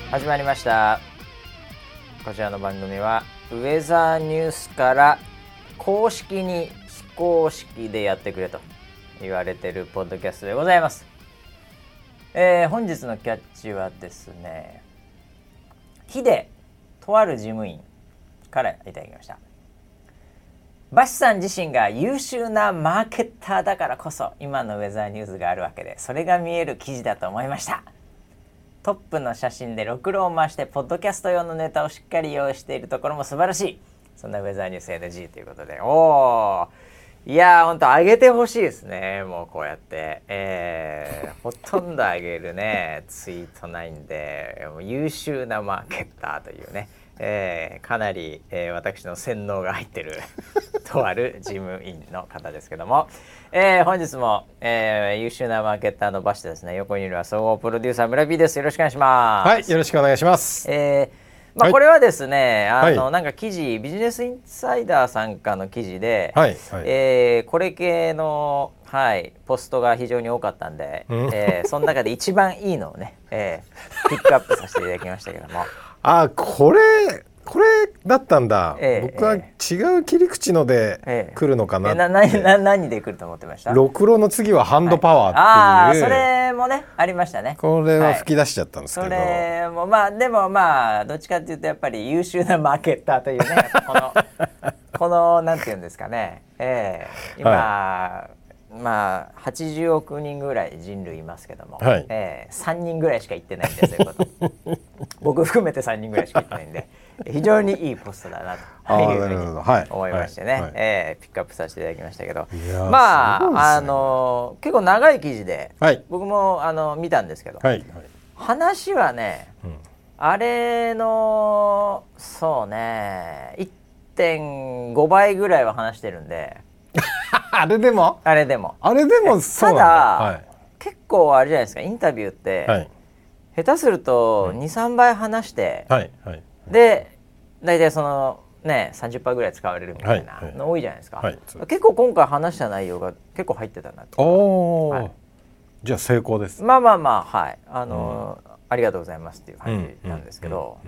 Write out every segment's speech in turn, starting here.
始まりました。こちらの番組はウェザーニュースから公式に非公式でやってくれと言われているポッドキャストでございます。本日のキャッチはですね、ヒデとある事務員からいただきました。バシさん自身が優秀なマーケッターだからこそ今のウェザーニュースがあるわけで、それが見える記事だと思いました。トップの写真でろくろを回してポッドキャスト用のネタをしっかり用意しているところも素晴らしい。そんなウェザーニュース NG ということで、いやーほんと上げてほしいですね。もうこうやって、ほとんど上げるねツイートないんで、もう優秀なマーケッターというね、かなり、私の洗脳が入ってるとある事務員の方ですけども、本日も、優秀なマーケッターのバシですね。横にいるは総合プロデューサー村 P です。よろしくお願いします。 はい、よろしくお願いします。 はい、これはですね、なんか記事、ビジネスインサイダーさんかの記事で、はいはい、これ系の、ポストが非常に多かったんで、その中で一番いいのをね、ピックアップさせていただきましたけどもこれだったんだ、僕は違う切り口ので来るのかなって、 何で来ると思ってました？ ろくろの次はハンドパワーっていう、 それもねありましたね。 これは吹き出しちゃったんですけど、 それもでもどっちかっていうとやっぱり優秀なマーケッターというねこのなんていうんですかね、今、80億人ぐらい人類いますけども、3人ぐらいしか言ってないんですよ僕含めて3人ぐらいしか言ってないんで非常にいいポストだなというふうに思いましてね、ピックアップさせていただきましたけど、結構長い記事で、僕も見たんですけど、話はね、あれのそうね 1.5 倍ぐらいは話してるんであれでもそうなんだ。 ただ、結構あれじゃないですか、インタビューって、下手すると 2,3 倍話して、で大体そのね 30% ぐらい使われるみたいなの多いじゃないですか。結構今回話した内容が結構入ってたなと。 じゃあ成功です。 ありがとうございますっていう感じなんですけど、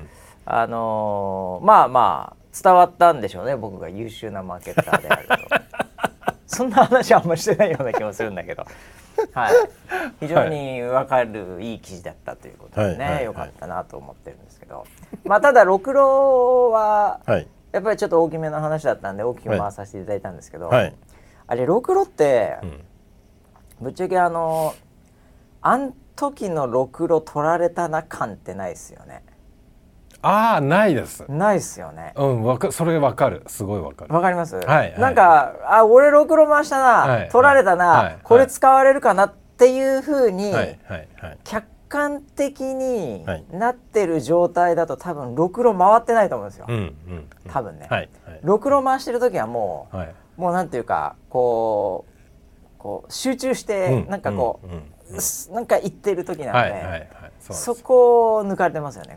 伝わったんでしょうね、僕が優秀なマーケッターであるとそんな話はあんまりしてないような気もするんだけど、非常に分かるいい記事だったということでね、よかったなと思ってるんですけど、ただろくろはやっぱりちょっと大きめの話だったんで大きく回させていただいたんですけど、あれろくろって、ぶっちゃけあん時のろくろ取られたな感ってないですよね。 ないです。 ないですよね。 それ分かる。すごい分かる。 分かります。なんか俺ろくろ回したな、取られたな、これ使われるかなっていう風に客観的になってる状態だと多分ろくろ回ってないと思うんですよ。多分ね。ろくろ回してる時はもうなんていうかこう集中してなんかこうなんか言ってる時なので、そこを抜かれてますよね。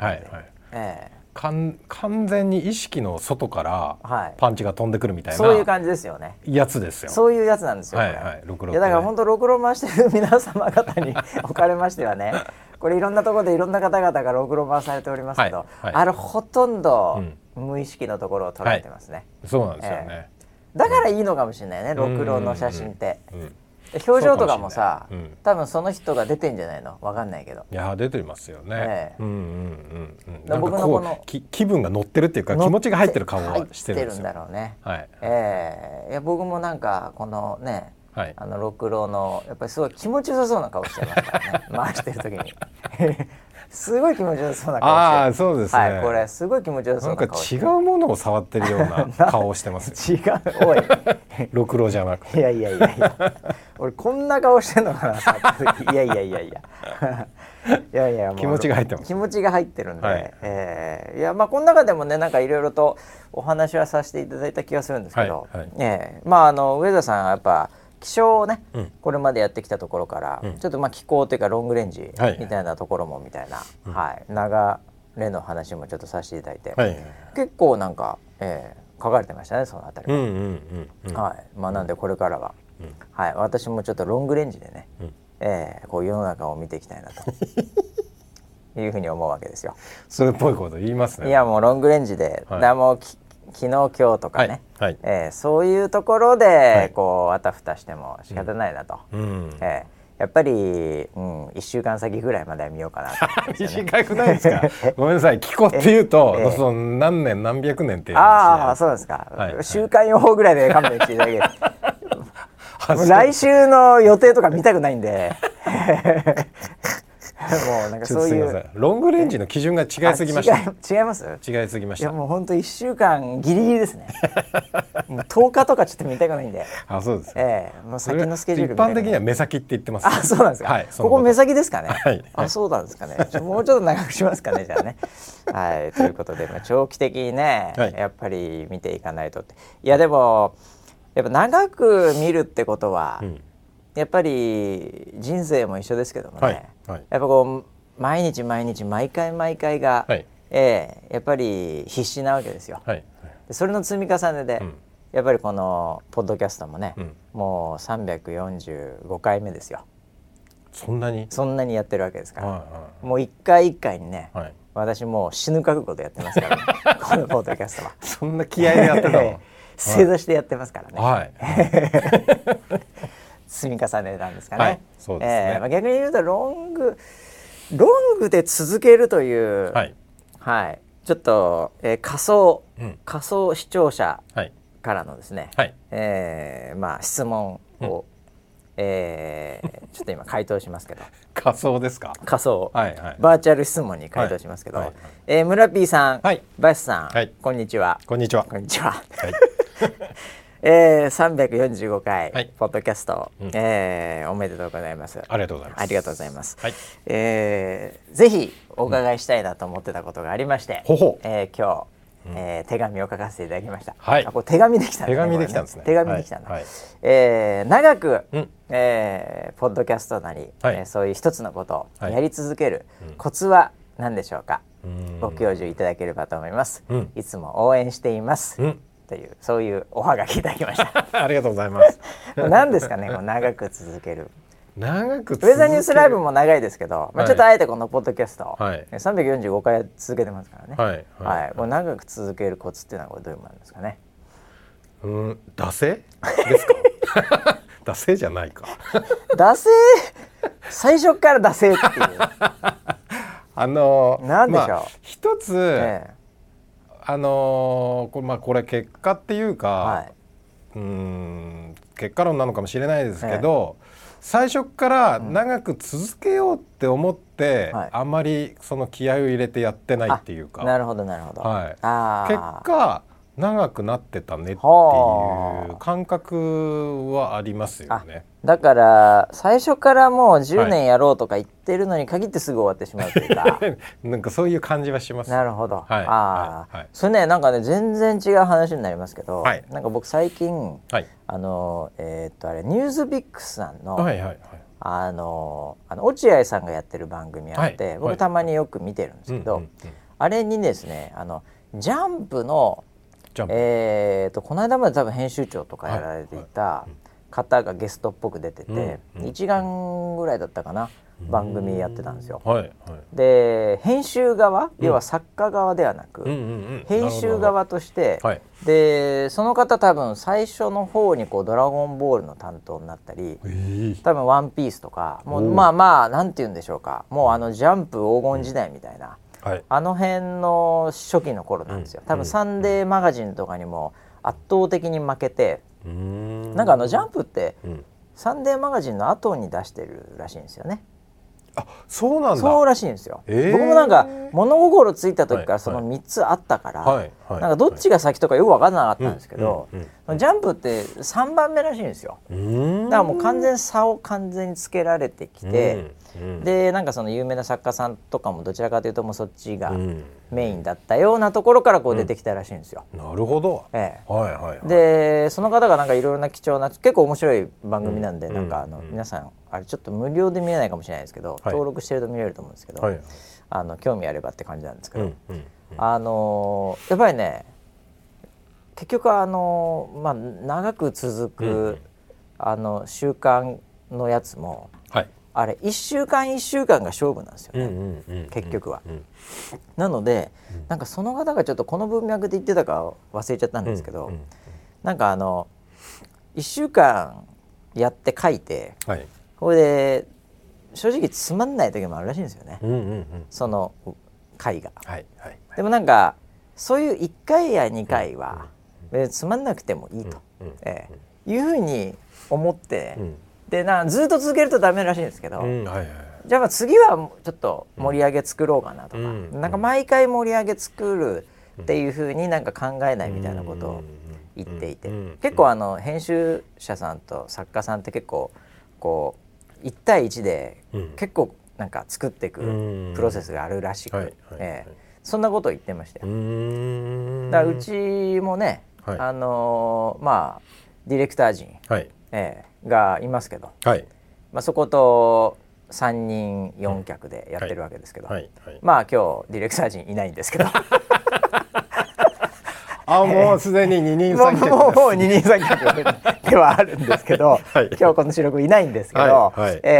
完全に意識の外からパンチが飛んでくるみたいな、 そういう感じですよね。 やつですよ。 そういうやつなんですよ。いやだから本当ろくろ回してる皆様方におかれましてはね、これいろんなところでいろんな方々がろくろ回されておりますけど、あれほとんど無意識のところを捉えてますね。 そうなんですよね。 だからいいのかもしれないね、ろくろの写真って。表情とかもさ、多分その人が出てんじゃないの、分かんないけど。 いや出てますよね。僕のこの気分が乗ってるっていうか、気持ちが入ってる顔はしてるんですよ。 入ってるんだろうね。いや僕もなんかこのね、ろくろのやっぱりすごい気持ちよさそうな顔してますからね回してる時にすごい気持ちよさそうな顔してる。 そうですね。 これすごい気持ちよさそうな顔してる。 なんか違うものを触ってるような顔をしてます。 違う、おいろくろじゃなくて。 いや俺こんな顔してんのかないや気持ちが入ってます。 気持ちが入ってるんで、いやこの中でもねなんかいろいろとお話はさせていただいた気がするんですけど、上田さんはやっぱ気象をね、これまでやってきたところから、ちょっと気候というかロングレンジみたいなところもみたいな、流れの話もちょっとさせていただいて、結構なんか、書かれてましたね、そのあたりは。なんでこれからは、私もちょっとロングレンジでね、こう世の中を見ていきたいなというふうに思うわけですよ。 それっぽいこと言いますね。 いやもうロングレンジで、はい、だもう昨日今日とかね、はいはい、そういうところでこうあたふたしても仕方ないなと、やっぱり、1週間先ぐらいまでは見ようかなと、ね、 短くないですかごめんなさい、気候っていうと、その何年何百年っていう話。 あ、そうですか、週間予報ぐらいで勘弁していただける来週の予定とか見たくないんでもうなんかそういうロングレンジの基準が違いすぎました。 違います？ 違いすぎました。 いやもう本当1週間ギリギリですねもう10日とかちょっと見たくないんで。 あ、そうです、 もう先のスケジュール一般的には目先って言ってます、 あ、そうなんですか、はい、ここ目先ですかね、はい、あ、そうなんですかねもうちょっと長くしますかねじゃあねはい、ということで、長期的にね、はい、やっぱり見ていかないとって。いやでもやっぱ長く見るってことは、やっぱり人生も一緒ですけどもね、はいはい、やっぱこう毎日毎日毎回毎回が、はい、やっぱり必死なわけですよ、はいはい、でそれの積み重ねで、やっぱりこのポッドキャストもね、もう345回目ですよ。そんなにやってるわけですから、はいはい、もう一回一回にね、はい、私もう死ぬ覚悟でやってますからねこのポッドキャストはそんな気合いでやってたの正座してやってますからね、はい積み重ねなんですかね、はい、そうですね、逆に言うとロングで続けるという、はいはい、ちょっと、仮想視聴者からのですね、はい、質問を、ちょっと今回答しますけど仮想ですか？ 仮想、はいはい、バーチャル質問に回答しますけど、はいはい、村 P さん、はい、バイスさん、はい、こんにちは。 こんにちは。 こんにちは。はい345回、はい、ポッドキャスト、おめでとうございます。 ありがとうございます。 ありがとうございます。はい、ぜひお伺いしたいなと思ってたことがありまして、今日、手紙を書かせていただきました。はい、これ手紙できたんですね。 手紙できたんですね。 手紙できたんだ。はいはい、長く、ポッドキャストなり、はい、そういう一つのことをやり続けるコツは何でしょうか。ご教授いただければと思います。いつも応援しています。というそういうおはがきいただきましたありがとうございます何ですかね、こう長く続ける。 長く続ける。 ウェザーニュースライブも長いですけど、ちょっとあえてこのポッドキャスト、はい、345回続けてますからね、はいはいはい、こう長く続けるコツっていうのはこれどういうものなんですかね。 惰性ですか惰性じゃないか惰性最初から惰性っていうなんでしょう、 一つ、これ結果っていうか、はい、結果論なのかもしれないですけど、最初から長く続けようって思って、あんまりその気合を入れてやってないっていうか。 なるほどなるほど、はい、 結果長くなってたねっていう感覚はありますよね。 だから最初からもう10年やろうとか言ってるのに限ってすぐ終わってしまうというか、はい、 なんかそういう感じはします。 なるほど、はい、それね、なんかね全然違う話になりますけど、はい、なんか僕最近、はい、あれニュースビックスさんの、はいはいはい、落合さんがやってる番組あって、はい、僕たまによく見てるんですけど、あれにですねジャンプのこの間まで多分編集長とかやられていた方がゲストっぽく出てて、1時間ぐらいだったかな、番組やってたんですよ。はいはい、で編集側、要は作家側ではなく、編集側として、はい、でその方多分最初の方にこうドラゴンボールの担当になったり、多分ワンピースとか、もうなんて言うんでしょうか、もうジャンプ黄金時代みたいな、はい、あの辺の初期の頃なんですよ。多分サンデーマガジンとかにも圧倒的に負けて、なんかジャンプって、サンデーマガジンの後に出してるらしいんですよね。 あ、そうなんだ。 そうらしいんですよ。僕もなんか物心ついた時からその3つあったから、なんかどっちが先とかよく分からなかったんですけど、ジャンプって3番目らしいんですよ。だからもう完全差を完全につけられてきて、でなんかその有名な作家さんとかもどちらかというともうそっちがメインだったようなところからこう出てきたらしいんですよ。 なるほど。 でその方がなんかいろいろな貴重な結構面白い番組なんで、なんか皆さんあれちょっと無料で見えないかもしれないですけど、登録してると見れると思うんですけど、興味あればって感じなんですけど、やっぱりね結局長く続く習慣のやつも、 あれ1週間1週間が勝負なんですよね、結局は。なのでなんかその方がちょっとこの文脈で言ってたか忘れちゃったんですけど、なんか1週間やって書いて、これで正直つまんない時もあるらしいんですよね、その回が。でもなんかそういう1回や2回はつまんなくてもいいと、いうふうに思って、でずっと続けるとダメらしいんですけど、じゃあまあ次はちょっと盛り上げ作ろうかなとか、なんか毎回盛り上げ作るっていうふうになんか考えないみたいなことを言っていて、結構編集者さんと作家さんって結構こう1対1で結構なんか作っていくプロセスがあるらしく、そんなことを言ってましたよ。だからうちもね、まあディレクター陣、がいますけど、まあ、そこと3人4脚でやってるわけですけど、まあ今日ディレクター陣いないんですけどもうすでに二人三脚もう二人三脚ではあるんですけど、今日この収録いないんですけど、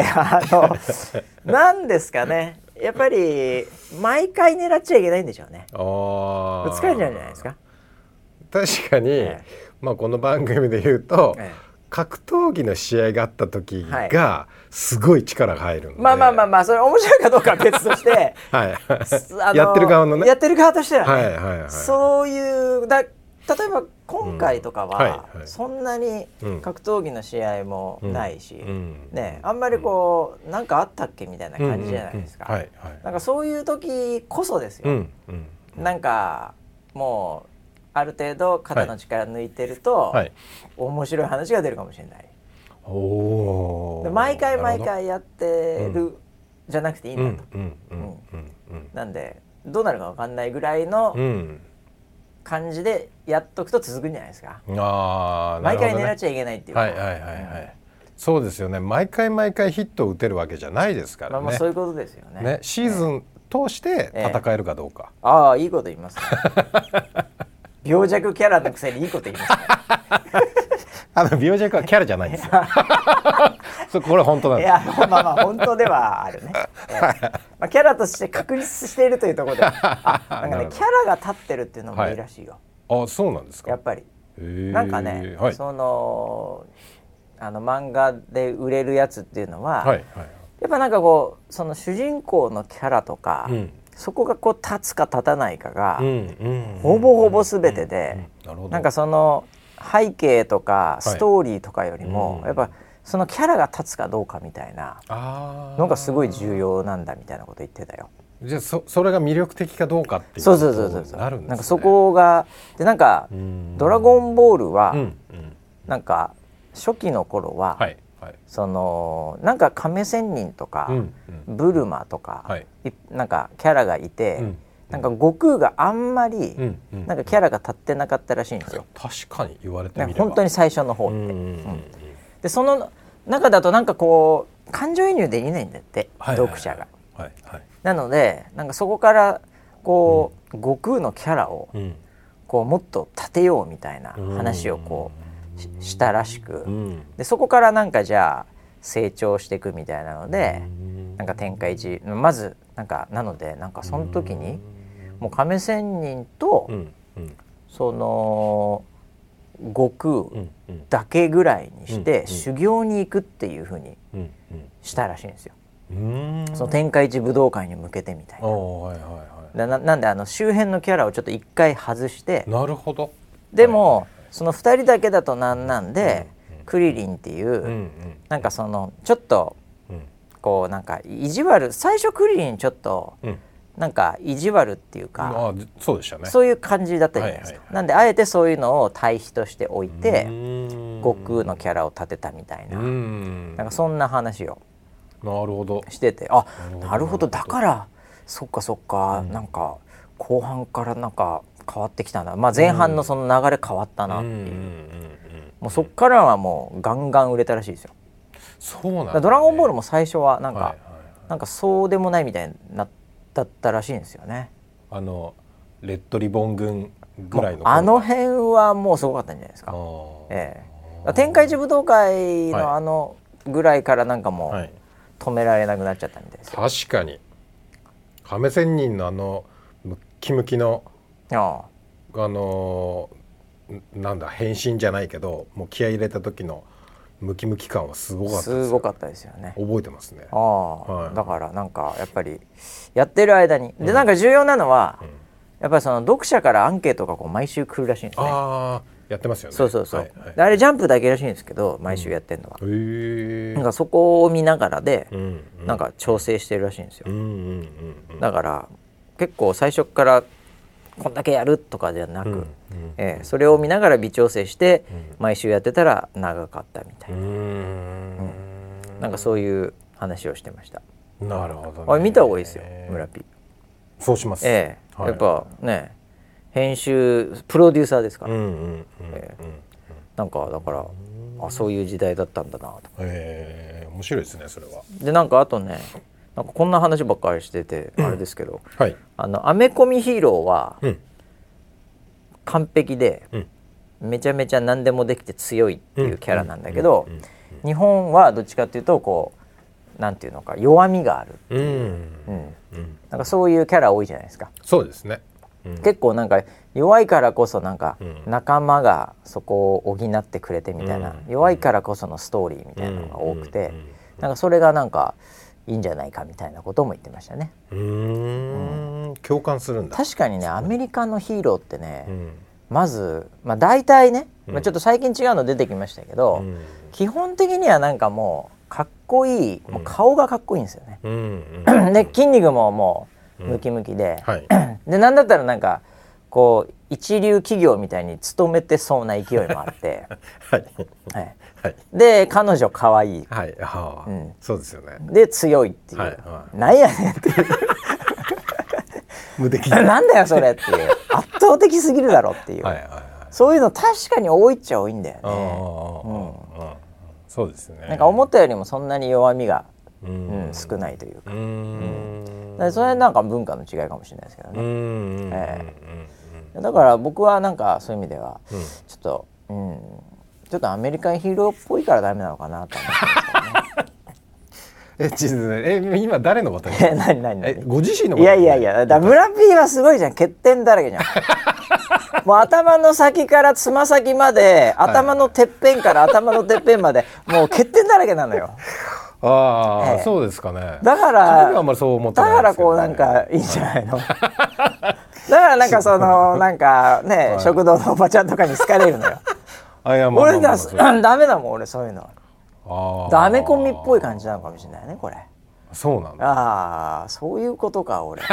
なんですかね、やっぱり毎回狙っちゃいけないんでしょうね。疲れちゃうんじゃないですか。 確かに、まあこの番組で言うと、格闘技の試合があった時がすごい力が入るんで、 まあそれ面白いかどうかは別としてやってる側のね、 やってる側としてはね、そういう例えば今回とかはそんなに格闘技の試合もないし、ね、あんまりこうなんかあったっけみたいな感じじゃないですか。なんかそういう時こそですよ、なんかもうある程度肩の力抜いてると、面白い話が出るかもしれない。毎回毎回やってるじゃなくていいんだと。なんでどうなるか分かんないぐらいの感じでやっとくと続くんじゃないですか。毎回狙っちゃいけないっていうか。 そうですよね。毎回毎回ヒットを打てるわけじゃないですからね。 そういうことですよね。 シーズン通して戦えるかどうか。 いいこと言いますね。病弱キャラのくせにいいこと言いますね。 病弱はキャラじゃないんですよ。これ本当なんです。 いや、まあ本当ではあるね。まあキャラとして確立しているというところで、なんかね、キャラが立ってるっていうのもいいらしいよ。 そうなんですか。 やっぱりなんかね、その漫画で売れるやつっていうのは、やっぱなんかこうその主人公のキャラとか、そこがこう立つか立たないかがほぼほぼ全てで、なんかその背景とかストーリーとかよりもやっぱそのキャラが立つかどうかみたいなのがすごい重要なんだみたいなこと言ってたよ。 じゃあそれが魅力的かどうかっていうことになるんですね。 なんかそこがで、なんかドラゴンボールはなんか初期の頃はそのなんか亀仙人とかブルマとかなんかキャラがいて、なんか悟空があんまりなんかキャラが立ってなかったらしいんですよ。 確かに言われてみれば本当に最初の方って。でその中だとなんかこう感情移入できないんだって、読者が。なのでなんかそこからこう悟空のキャラをこうもっと立てようみたいな話をこうしたらしく、でそこからなんかじゃあ成長していくみたいなので、なんか天下一まずなんかなのでなんかその時にもう亀仙人とその悟空だけぐらいにして修行に行くっていう風にしたらしいんですよ。その天下一武道会に向けてみたいな。なんで周辺のキャラをちょっと一回外して、 なるほど。 でもその2人だけだとなんで、クリリンっていうなんかそのちょっとこうなんか意地悪、最初クリリンちょっとなんか意地悪っていうか、 そうでしたね。 そういう感じだったじゃないですか。なんであえてそういうのを対比としておいて悟空のキャラを立てたみたいな、なんかそんな話をしてて、なるほど、だからそっか、なんか後半からなんか変わってきたな、前半のその流れ変わったなっていう、もうそっからはもうガンガン売れたらしいですよ。 そうなんだね。 ドラゴンボールも最初はなんかそうでもないみたいになったらしいんですよね。 レッドリボン軍ぐらいのあの辺はもうすごかったんじゃないですか。天下一武道会のぐらいからなんかもう、 止められなくなっちゃったみたいですよ。 確かに亀仙人のムッキムキのなんだ変身じゃないけどもう気合い入れた時のムキムキ感はすごかったですよ。 すごかったですよね。 覚えてますね。 はい、だからなんかやっぱりやってる間にでなんか重要なのは、やっぱりその読者からアンケートがこう毎週来るらしいんですね。 やってますよね。 そうそうそう、はいはい、あれジャンプだけらしいんですけど毎週やってるのは、なんかそこを見ながらで、なんか調整してるらしいんですよ。だから結構最初からこんだけやるとかじゃなく、それを見ながら微調整して毎週やってたら長かったみたいな、なんかそういう話をしてました。 なるほどね。 あれ見た方がいいですよ村 P。 そうします。 やっぱね編集プロデューサーですから、なんかだからそういう時代だったんだなと。 面白いですねそれは。 でなんかあとねなんかこんな話ばっかりしててあれですけど、 はい、 アメコミヒーローは完璧で、めちゃめちゃ何でもできて強いっていうキャラなんだけど、日本はどっちかっていうとこうなんていうのか弱みがあるっていう、なんかそういうキャラ多いじゃないですか。 そうですね。 結構なんか弱いからこそなんか仲間がそこを補ってくれてみたいな、弱いからこそのストーリーみたいなのが多くて、なんかそれがなんかいいんじゃないかみたいなことも言ってましたね。 共感するんだ。 確かにねアメリカのヒーローってね、まず、大体ね、ちょっと最近違うの出てきましたけど、基本的にはなんかもうかっこいい、もう顔がかっこいいんですよね。で筋肉ももうムキムキで、でなんだったらなんかこう一流企業みたいに勤めてそうな勢いもあってで彼女可愛い、 そうですよね。 で強いっていう、なんやねんっていう無敵なんだよそれっていう圧倒的すぎるだろっていう、そういうの確かに多いっちゃ多いんだよね。 そうですね。 なんか思ったよりもそんなに弱みが、少ないというか、それなんか文化の違いかもしれないですけどね。だから僕はなんかそういう意味ではちょっとアメリカンヒーローっぽいからダメなのかなと思ってますけどね。今誰のこと言うの？何ご自身のこと？ いやだ村 P はすごいじゃん。欠点だらけじゃん。もう頭の先からつま先まで、頭のてっぺんから頭のてっぺんまでもう欠点だらけなのよ。 そうですかね。 だからあんまりそう思ってないですけどね。 だからこうなんかいいんじゃないの。だからなんかそのなんかね、食堂のおばちゃんとかに好かれるのよ。俺ダメだもん俺そういうの。ダメコミっぽい感じなのかもしれないねこれ。 そうなんだ。 そういうことか俺。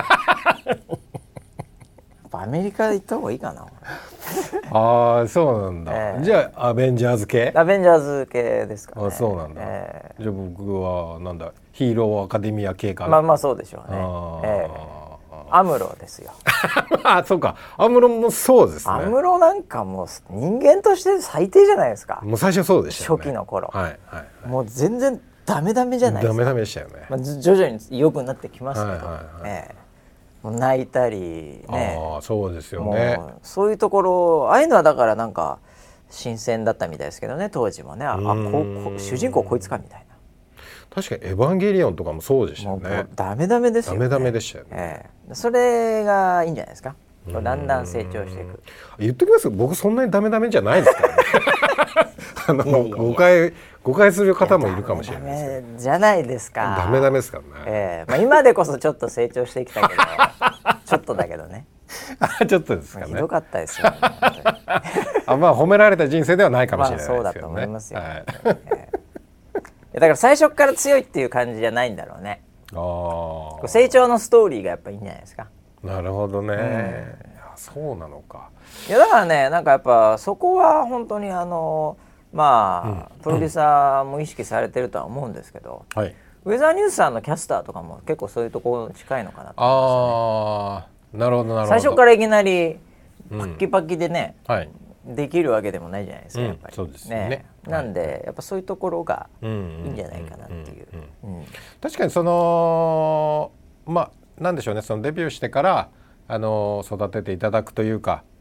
アメリカで行った方がいいかな。 そうなんだ。じゃあアベンジャーズ系？アベンジャーズ系ですかね。 そうなんだ。じゃあ僕はなんだヒーローアカデミア系かな。 まあそうでしょうね。アムロですよ。 そうか。アムロもそうですね。 アムロなんかもう人間として最低じゃないですか。 もう最初そうでしたよね。 初期の頃。もう全然ダメダメじゃないですか。 ダメダメでしたよね。 徐々に良くなってきますけど。もう泣いたりね。 そうですよね。 そういうところああいうのはだからなんか新鮮だったみたいですけどね当時もね。主人公こいつかみたいな。 確かにエヴァンゲリオンとかもそうでしたよね。もうダメダメですよね。 ダメダメでしたよね。 それがいいんじゃないですか。だんだん成長していく。 言っときますけど僕そんなにダメダメじゃないですからね。誤解する方もいるかもしれないですけど。 じゃないですか。 ダメダメですからね。 今でこそちょっと成長してきたけどちょっとだけどね。 ちょっとですかね。 ひどかったですよね。 褒められた人生ではないかもしれないですけどね。 そうだと思いますよ。だから最初から強いっていう感じじゃないんだろうね。成長のストーリーがやっぱいいんじゃないですか。 なるほどね。そうなのか。 いやだからねなんかやっぱそこは本当にプロデューサーも意識されてるとは思うんですけど、ウェザーニュースさんのキャスターとかも結構そういうところに近いのかなと思いますね。 なるほどなるほど。 最初からいきなりパッキパキでね、できるわけでもないじゃないですかやっぱり。 そうですね。 なんでやっぱそういうところがいいんじゃないかなっていう。 確かにそのなんでしょうね、そのデビューしてから育てていただくというか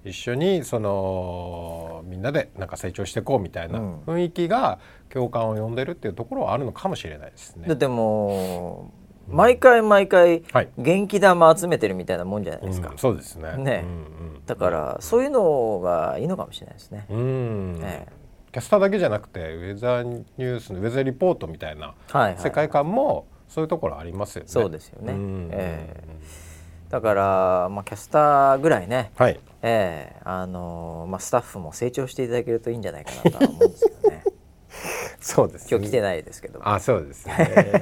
一緒にそのみんなでなんか成長していこうみたいな雰囲気が共感を呼んでるっていうところはあるのかもしれないですね。 だってもう毎回元気玉集めてるみたいなもんじゃないですか。 そうですね。 だからそういうのがいいのかもしれないですね。 キャスターだけじゃなくてウェザーニュースのウェザーリポートみたいな世界観もそういうところありますよね。 そうですよね。だから、キャスターぐらいね、スタッフも成長していただけるといいんじゃないかなとは思うんですけどね。 そうですね。 今日来てないですけど。 そうですね。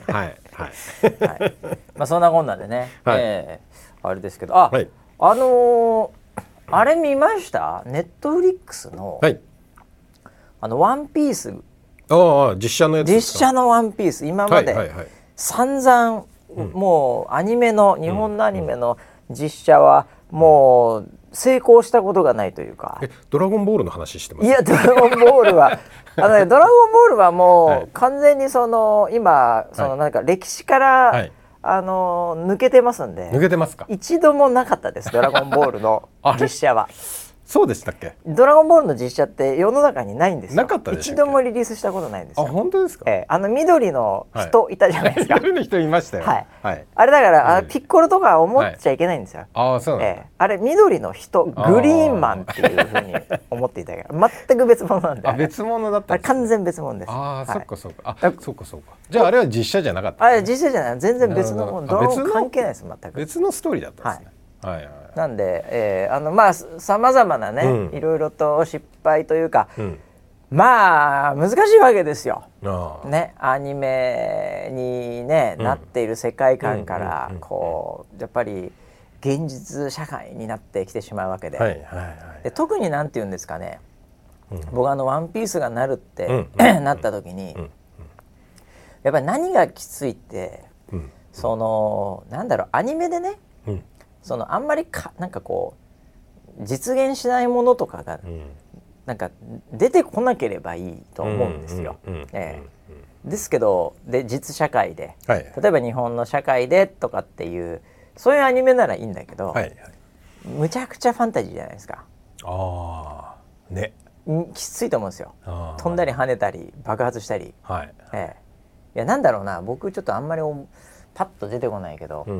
そんなこんなでね、あれですけど、あれ見ました？ネットフリックスの、ワンピース。 実写のやつですか？ 実写のワンピース、今まで散々もうアニメの日本のアニメの実写はもう成功したことがないというか。 ドラゴンボールの話してます？ いや、ドラゴンボールはドラゴンボールはもう完全にその今そのなんか歴史から抜けてますんで。 抜けてますか？ 一度もなかったです、ドラゴンボールの実写は。 そうでしたっけ？ ドラゴンボールの実写って世の中にないんですよ。 なかったでしたっけ？ 一度もリリースしたことないんですよ。 本当ですか？ 緑の人いたじゃないですか。 緑の人いましたよ。 あれだからピッコロとか思っちゃいけないんですよ。 そうなんだ。 あれ緑の人、グリーンマンっていうふうに思っていただけど、全く別物なんで。 別物だったんですか？ 完全別物です。 そっかそっか。そうか。じゃああれは実写じゃなかった。 あれ実写じゃない、全然別のもの、ドラゴン関係ないです、全く。 別のストーリーだったんですね。 なんで、さまざまなね、いろいろと失敗というか、難しいわけですよ。ね、アニメに、なっている世界観からこうやっぱり現実社会になってきてしまうわけで、特になんていうんですかね、僕ワンピースがなるってなった時に、やっぱり何がきついって、そのなんだろう、アニメでね、そのあんまりなんかこう実現しないものとかがなんか出てこなければいいと思うんですよ。ですけど実社会で、例えば日本の社会でとかっていうそういうアニメならいいんだけど、むちゃくちゃファンタジーじゃないですか。きついと思うんですよ。飛んだり跳ねたり爆発したり。いや、なんだろうな、僕ちょっとあんまりパッと出てこないけど、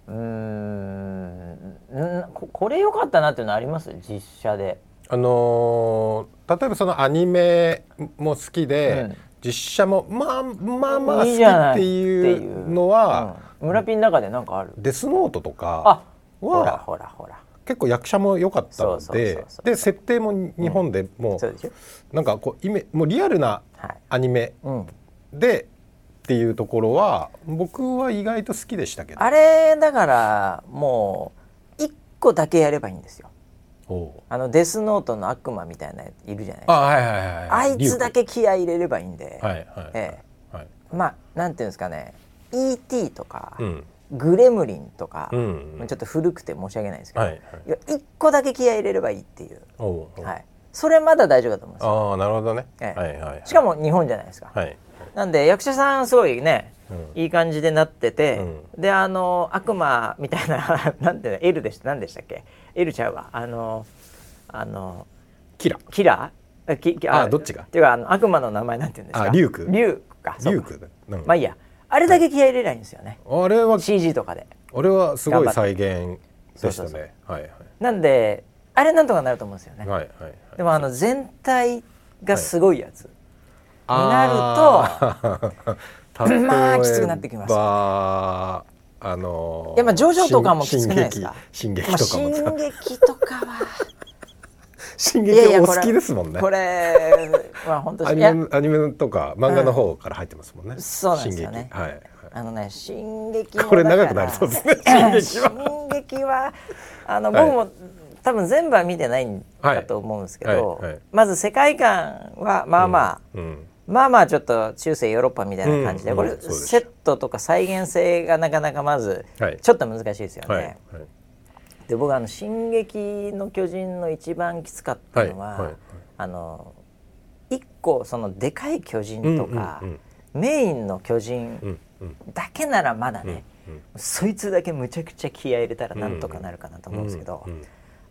これ良かったなっていうのあります？実写で。 例えばそのアニメも好きで、実写もまあ好きっていうのは、 村ピンの中で何かある？ デスノートとかはほら結構役者も良かったので、で設定も日本でもうなんかこうもうリアルなアニメでっていうところは僕は意外と好きでしたけど。 あれだからもう1個だけやればいいんですよ。デスノートの悪魔みたいなやついるじゃないですか。あいつだけ気合い入れればいいんで、なんていうんですかね、 E.T. とか、グレムリンとか、ちょっと古くて申し訳ないですけど、1個だけ気合い入れればいいっていう、それまだ大丈夫だと思うんですよ。 なるほどね。 しかも日本じゃないですか。なんで役者さんすごいね、いい感じでなってて、で悪魔みたいななんていうの、エルでした、何でしたっけ、エルちゃうわ、 キラどっちがっていうか悪魔の名前なんていうんですか？ リュウクか。リュウクまあいいや、あれだけ気合い入れないんですよね。 あれは CG とかで。 あれはすごい再現でしたね。 なんであれなんとかなると思うんですよね。でも全体がすごいやつになるとまあきつくなってきますよね。いや、ジョジョとかもきつくないですか？ 進撃とかも。 進撃とかは進撃お好きですもんね。 これは本当にアニメとか漫画の方から入ってますもんね。 そうなんですよね。進撃もこれ長くなりそうですね。 進撃は僕も多分全部は見てないんだと思うんですけど、まず世界観はまあまあちょっと中世ヨーロッパみたいな感じで、これセットとか再現性がなかなかまずちょっと難しいですよね。で僕進撃の巨人の一番きつかったのは、一個そのでかい巨人とか、メインの巨人だけならまだね、そいつだけむちゃくちゃ気合い入れたらなんとかなるかなと思うんですけど、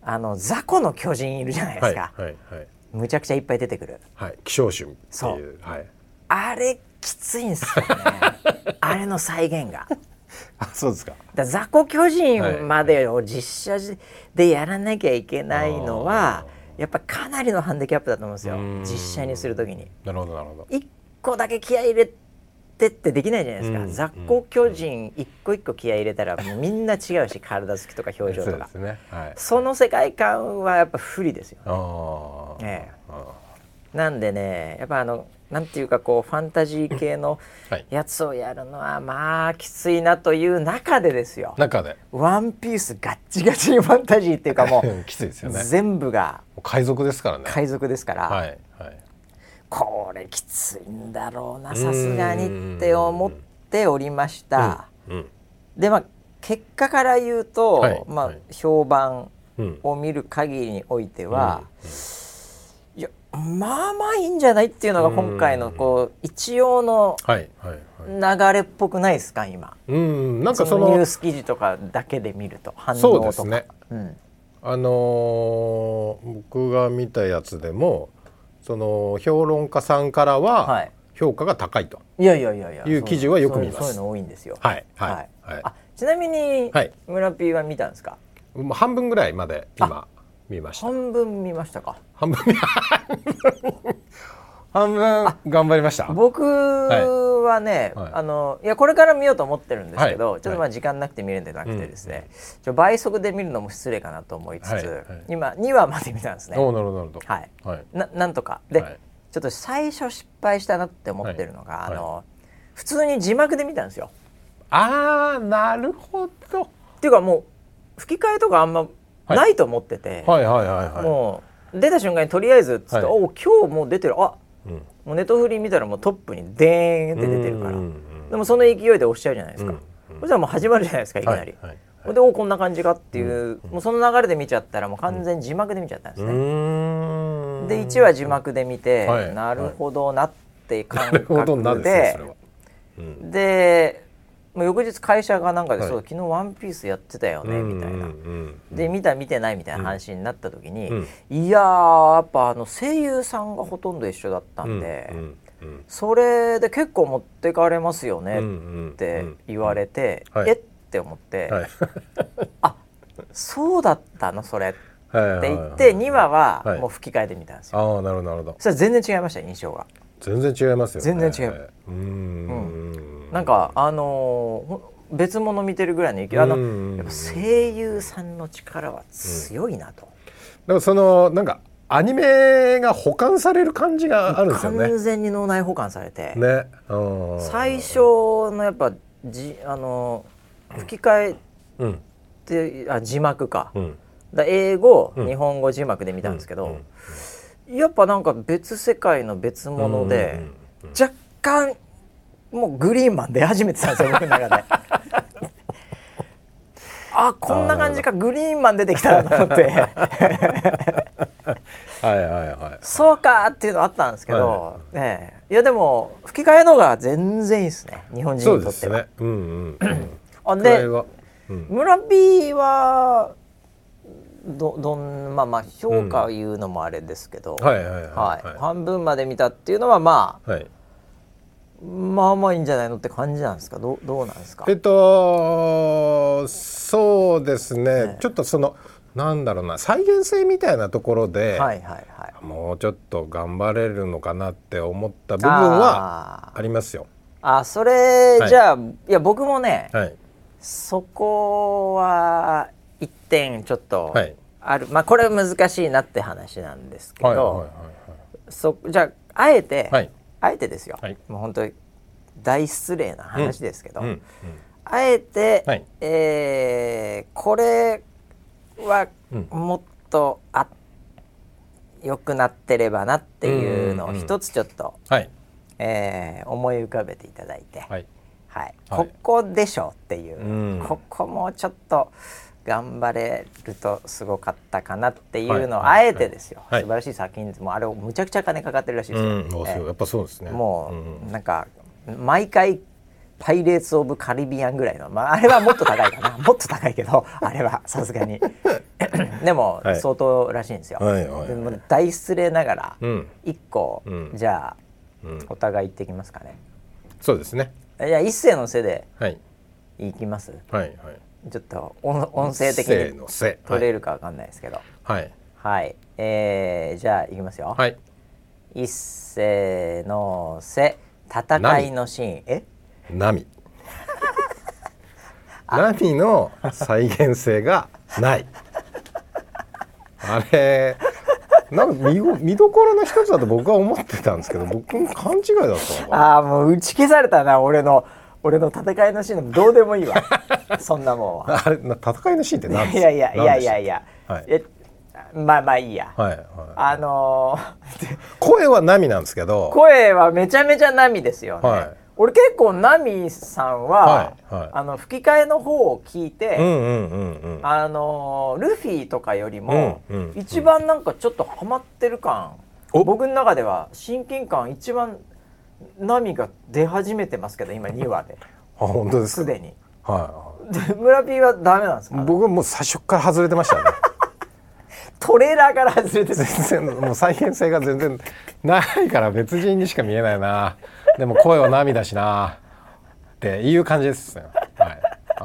雑魚の巨人いるじゃないですか、 はいはいはい、 むちゃくちゃいっぱい出てくる、 はい、希少種っていう、 そう、 はい、 あれきついんですよねあれの再現があ、そうですか。 だ雑魚巨人までを実写でやらなきゃいけないのは、やっぱかなりのハンディキャップだと思うんですよ、実写にするときに。 なるほどなるほど。 一個だけ気合い入れてってできないじゃないですか、雑魚巨人一個一個気合い入れたらもうみんな違うし体つきとか表情とか そうですね、はい、その世界観はやっぱ不利ですよね。なんでね、やっぱなんていうかこうファンタジー系のやつをやるのはまあきついなという中でですよ、 中でワンピースガッチガチにファンタジーっていうかもうきついですよね、 全部が海賊ですからね。 海賊ですから、 はいはい、 これきついんだろうなさすがにって思っておりました、でまあ結果から言うと、はい、まあ、はい、評判を見る限りにおいては、いやまあまあいいんじゃないっていうのが今回のこう一応の流れっぽくないですか今。 なんかそのニュース記事とかだけで見ると反応とか。そうですね、 僕が見たやつでもその評論家さんからは評価が高いという記事はよく見ます。 そういうの多いんですよ。 はいはいはい。 ちなみに村 P は見たんですか？ 半分ぐらいまで今見ました。 半分見ましたか？ 半分頑張りました。 僕はね、いやこれから見ようと思ってるんですけど、ちょっとまあ時間なくて見れるんじゃなくてですね、倍速で見るのも失礼かなと思いつつ、今2話まで見たんですね。 なるほど。 はい。なんとかで、ちょっと最初失敗したなって思ってるのが、普通に字幕で見たんですよ。 ああ、なるほど。 っていうかもう吹き替えとかあんまないと思ってて、もう出た瞬間にとりあえずつって、お今日もう出てる、もうネットフリ見たらもうトップにデーンって出てるから、でもその勢いで押しちゃうじゃないですか。そしたらもう始まるじゃないですかいきなり。でこんな感じかっていう、もうその流れで見ちゃったらもう完全に字幕で見ちゃったんですね。で1話字幕で見て、なるほどなって感覚で翌日会社がなんかで、そう昨日ワンピースやってたよねみたいな、で見てないみたいな話になった時に、いややっぱ声優さんがほとんど一緒だったんで、それで結構持ってかれますよねって言われて、えって思って、あそうだったのそれって言って2話はもう吹き替えで見たんですよ。 なるほど。 それ全然違いました印象が。 全然違いますよね。 全然違う。なんか別物見てるぐらいの勢い。やっぱ声優さんの力は強いなと。 だからそのなんかアニメが補完される感じがあるんですよね。 完全に脳内補完されて。 ね。 最初のやっぱ吹き替えって字幕か。英語、日本語字幕で見たんですけど。やっぱなんか別世界の別物で、若干もうグリーンマン出始めてたんですよ僕の中でこんな感じかグリーンマン出てきたなと思ってそうかっていうのあったんですけど、いやでも吹き替えの方が全然いいですね日本人にとっては。で村 B はまあ評価を言うのもあれですけど、半分まで見たっていうのはまあまあいいんじゃないのって感じなんですか。どうなんですか。 そうですね、ちょっとそのなんだろうな再現性みたいなところで、もうちょっと頑張れるのかなって思った部分はありますよ。 それじゃあ、いや僕もね、そこは一点ちょっとある、これは難しいなって話なんですけど、じゃああえてですよ、もう本当に大失礼な話ですけど、あえて、これはもっと良くなってればなっていうのを一つちょっと、思い浮かべていただいて、ここでしょっていう、ここもちょっと頑張れるとすごかったかなっていうのをあえてですよ、素晴らしい作品もうあれむちゃくちゃ金かかってるらしいですよ。 やっぱそうですね。 もうなんか毎回パイレーツ・オブ・カリビアンぐらいの、まあ、あれはもっと高いかなもっと高いけどあれはさすがにでも相当らしいんですよ、 はいはいはい、 でも大失礼ながら1個、じゃあ、お互い行ってきますかね。 そうですね。 じゃあ一斉の背でいきます、 はいはい、 ちょっと音声的に取れるかわかんないですけど、はいはい、じゃあいきますよ。はい、一斉の背、戦いのシーン。 ナミナミの再現性がないあれなんか見どころの一つだと僕は思ってたんですけど、僕も勘違いだったのかな。 もう打ち消されたな、俺の戦いのシーン。どうでもいいわそんなもんは。 あれ戦いのシーンって何ですか。 いや、はい、まあいいや、はいはい、 声はナミなんですけど、 声はめちゃめちゃナミですよね、はい、俺結構ナミさんは、はいはい、吹き替えの方を聞いて、ルフィとかよりも、一番なんかちょっとハマってる感、僕の中では親近感一番ナミが出始めてますけど、今2話で本当ですか。 すでに、 はい、 で村 P はダメなんですか。 僕はもう最初から外れてましたねトレーラーから外れて全然もう再現性が全然ないから別人にしか見えないな。でも声は涙しなっていう感じですね、はい、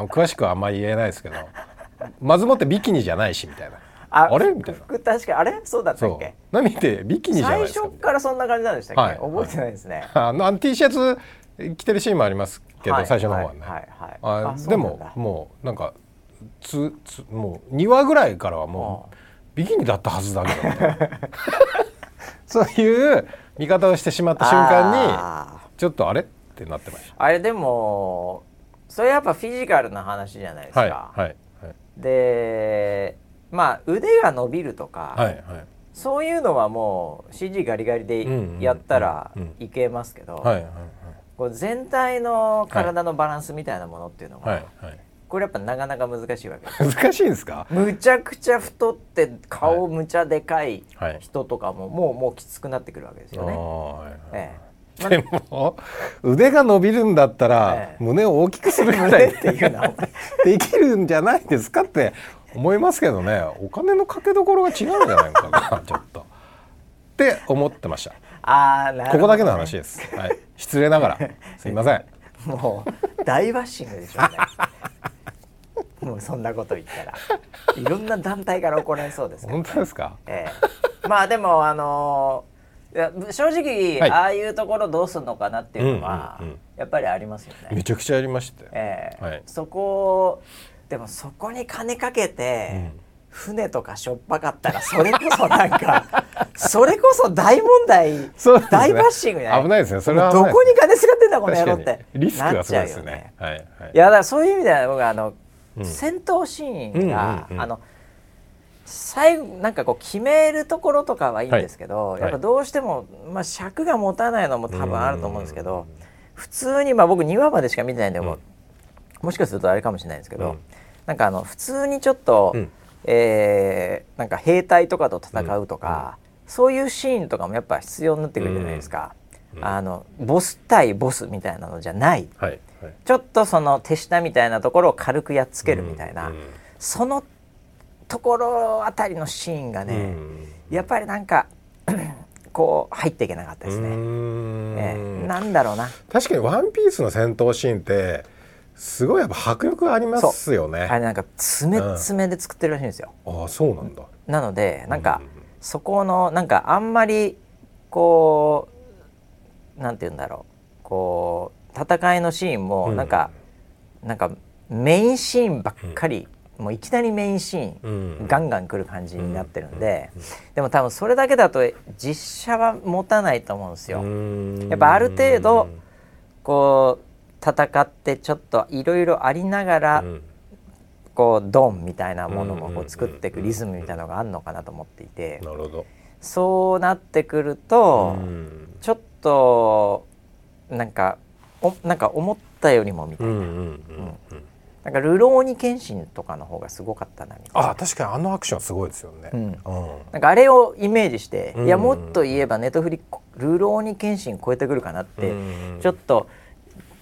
詳しくはあんまり言えないですけど、まずもってビキニじゃないしみたいな、あれみたいな。 確かにあれそうだったっけ。 ナミってビキニじゃないですか。 最初からそんな感じなんでしたっけ、はい、覚えてないですね。 T シャツ着てるシーンもありますけど、はい、最初の方はね、はいはい、でももうなんかもう2話ぐらいからはもうビキニだったはずだけどみたいなそういう見方をしてしまった瞬間にちょっとあれってなってました。 あれでもそれやっぱフィジカルな話じゃないですか、はいはいはい、でまあ腕が伸びるとか、はいはい、そういうのはもう CG ガリガリでやったらいけますけど、全体の体のバランスみたいなものっていうのが、はいはいはい、これやっぱなかなか難しいわけです。 難しいんですか。 むちゃくちゃ太って顔むちゃでかい人とかも、もうきつくなってくるわけですよね、 でも腕が伸びるんだったら、胸を大きくするぐらいっていうのできるんじゃないですかって思いますけどね。お金のかけどころが違うんじゃないのかなちょっとって思ってました。 なるほどね、 ここだけの話です、はい、失礼ながらすいませんもう大バッシングでしょうねもうそんなこと言ったらいろんな団体から怒られそうですけど、ね、 本当ですか。 まあでもいや正直、はい、ああいうところどうするのかなっていうのは、やっぱりありますよね。 めちゃくちゃありましたよ、 はい、そこでもそこに金かけて、船とかしょっぱかったらそれこそなんかそれこそ大問題、ね、大バッシングじゃない。 危ないですね。それはどこに金使ってんだこの野郎ってリスクがそうですね。はいはい、 いやだからそういう意味では僕戦闘シーンが、最後なんかこう決めるところとかはいいんですけど、やっぱどうしても、尺が持たないのも多分あると思うんですけど、普通に僕2話までしか見てないんで、もしかするとあれかもしれないんですけど、なんか普通にちょっと、なんか兵隊とかと戦うとか、そういうシーンとかもやっぱ必要になってくるじゃないですか。ボス対ボスみたいなのじゃない、ちょっとその手下みたいなところを軽くやっつけるみたいな、そのところあたりのシーンがね、やっぱりなんかこう入っていけなかったですね。なんだろうな。 確かにワンピースの戦闘シーンってすごいやっぱ迫力ありますよね。 あれなんか詰め詰めで作ってるらしいんですよ。 ああそうなんだ。 なのでなんかそこのなんかあんまりこうなんて言うんだろう、こう戦いのシーンもなんかメインシーンばっかり、もういきなりメインシーン、ガンガン来る感じになってるんで、でも多分それだけだと実写は持たないと思うんですよ。やっぱある程度こう戦ってちょっといろいろありながら、こうドンみたいなものもこう作っていくリズムみたいなのがあるのかなと思っていて、 なるほど。 そうなってくるとちょっとなんか思ったよりもみたいな。なんかルローニケンシンとかの方がすごかったなみたいな。 確かにあのアクションすごいですよね。 なんかあれをイメージして、いやもっと言えばネットフリルローニケンシン超えてくるかなってちょっと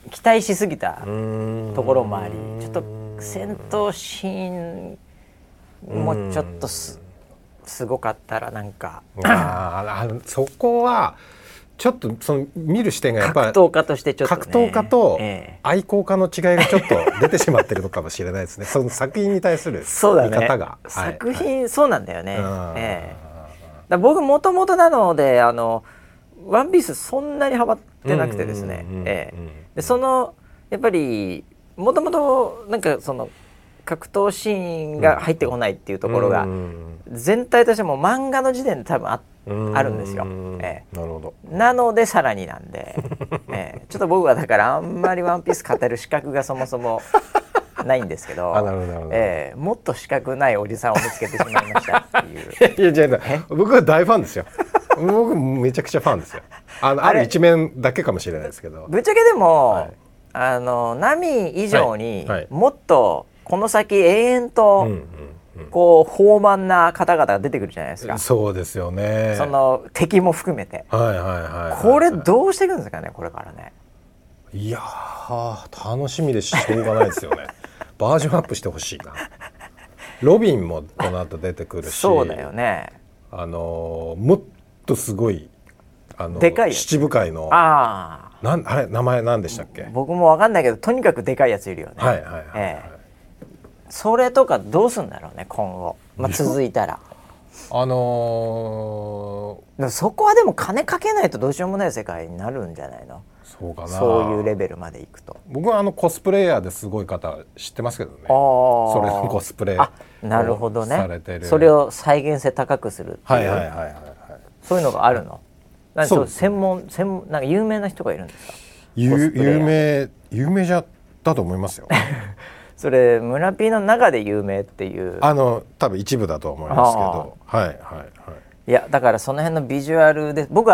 期待しすぎたところもあり、ちょっと戦闘シーンもちょっとすごかったらなんかそこはちょっとその見る視点がやっぱり格闘家としてちょっと、ね、 格闘家と愛好家の違いがちょっと出てしまってるのかもしれないですね。その作品に対する見方が、 作品、そうなんだよね。だ僕もともとなのでワンピースそんなにハマってなくてですね、でそのやっぱりもともとなんかその格闘シーンが入ってこないっていうところが全体としても漫画の時点で多分あるんですよ。 なるほど。 なのでさらになんで、ちょっと僕はだからあんまりワンピース語る資格がそもそもないんですけど、もっと資格ないおじさんを見つけてしまいましたっていう。 いや僕は大ファンですよ。僕めちゃくちゃファンですよ。ある一面だけかもしれないですけど。 ぶっちゃけでも、ナミ以上にもっとこの先永遠とこう豊満な方々が出てくるじゃないですか。 そうですよね。 その敵も含めて。これどうしていくんですかね、これからね。 いやー楽しみでしょうがないですよね。バージョンアップしてほしいな。ロビンもこの後出てくるし、 そうだよね。 もっとすごいでかい七部会のあれ名前何でしたっけ？ 僕も分かんないけどとにかくでかいやついるよね。それとかどうすんだろうね今後、続いたら。そこはでも金かけないとどうしようもない世界になるんじゃないの？ そうかな。 そういうレベルまでいくと。 僕はコスプレイヤーですごい方知ってますけどね。それのコスプレなるほどね。 されてる。 それを再現性高くするっていう。そういうのがあるの？専門なんか有名な人がいるんですか？ 有名じゃだと思いますよ。 それ村 P の中で有名っていう多分一部だと思いますけど、 いやだからその辺のビジュアルで僕シ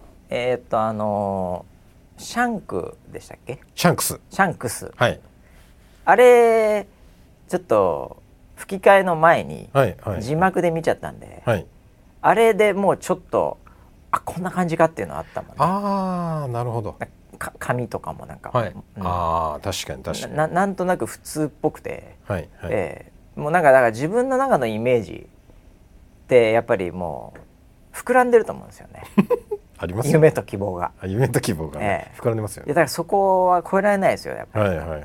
ャンクでしたっけ？ シャンクス、 あれちょっと吹き替えの前に字幕で見ちゃったんで、あれでもうちょっとこんな感じかっていうのあったもんね。 なるほど。 髪とかもなんか、 確かになんとなく普通っぽくて、もうなんかだから自分の中のイメージってやっぱりもう膨らんでると思うんですよね。 あります。 夢と希望が膨らんでますよね。 だからそこは超えられないですよやっぱり。 あ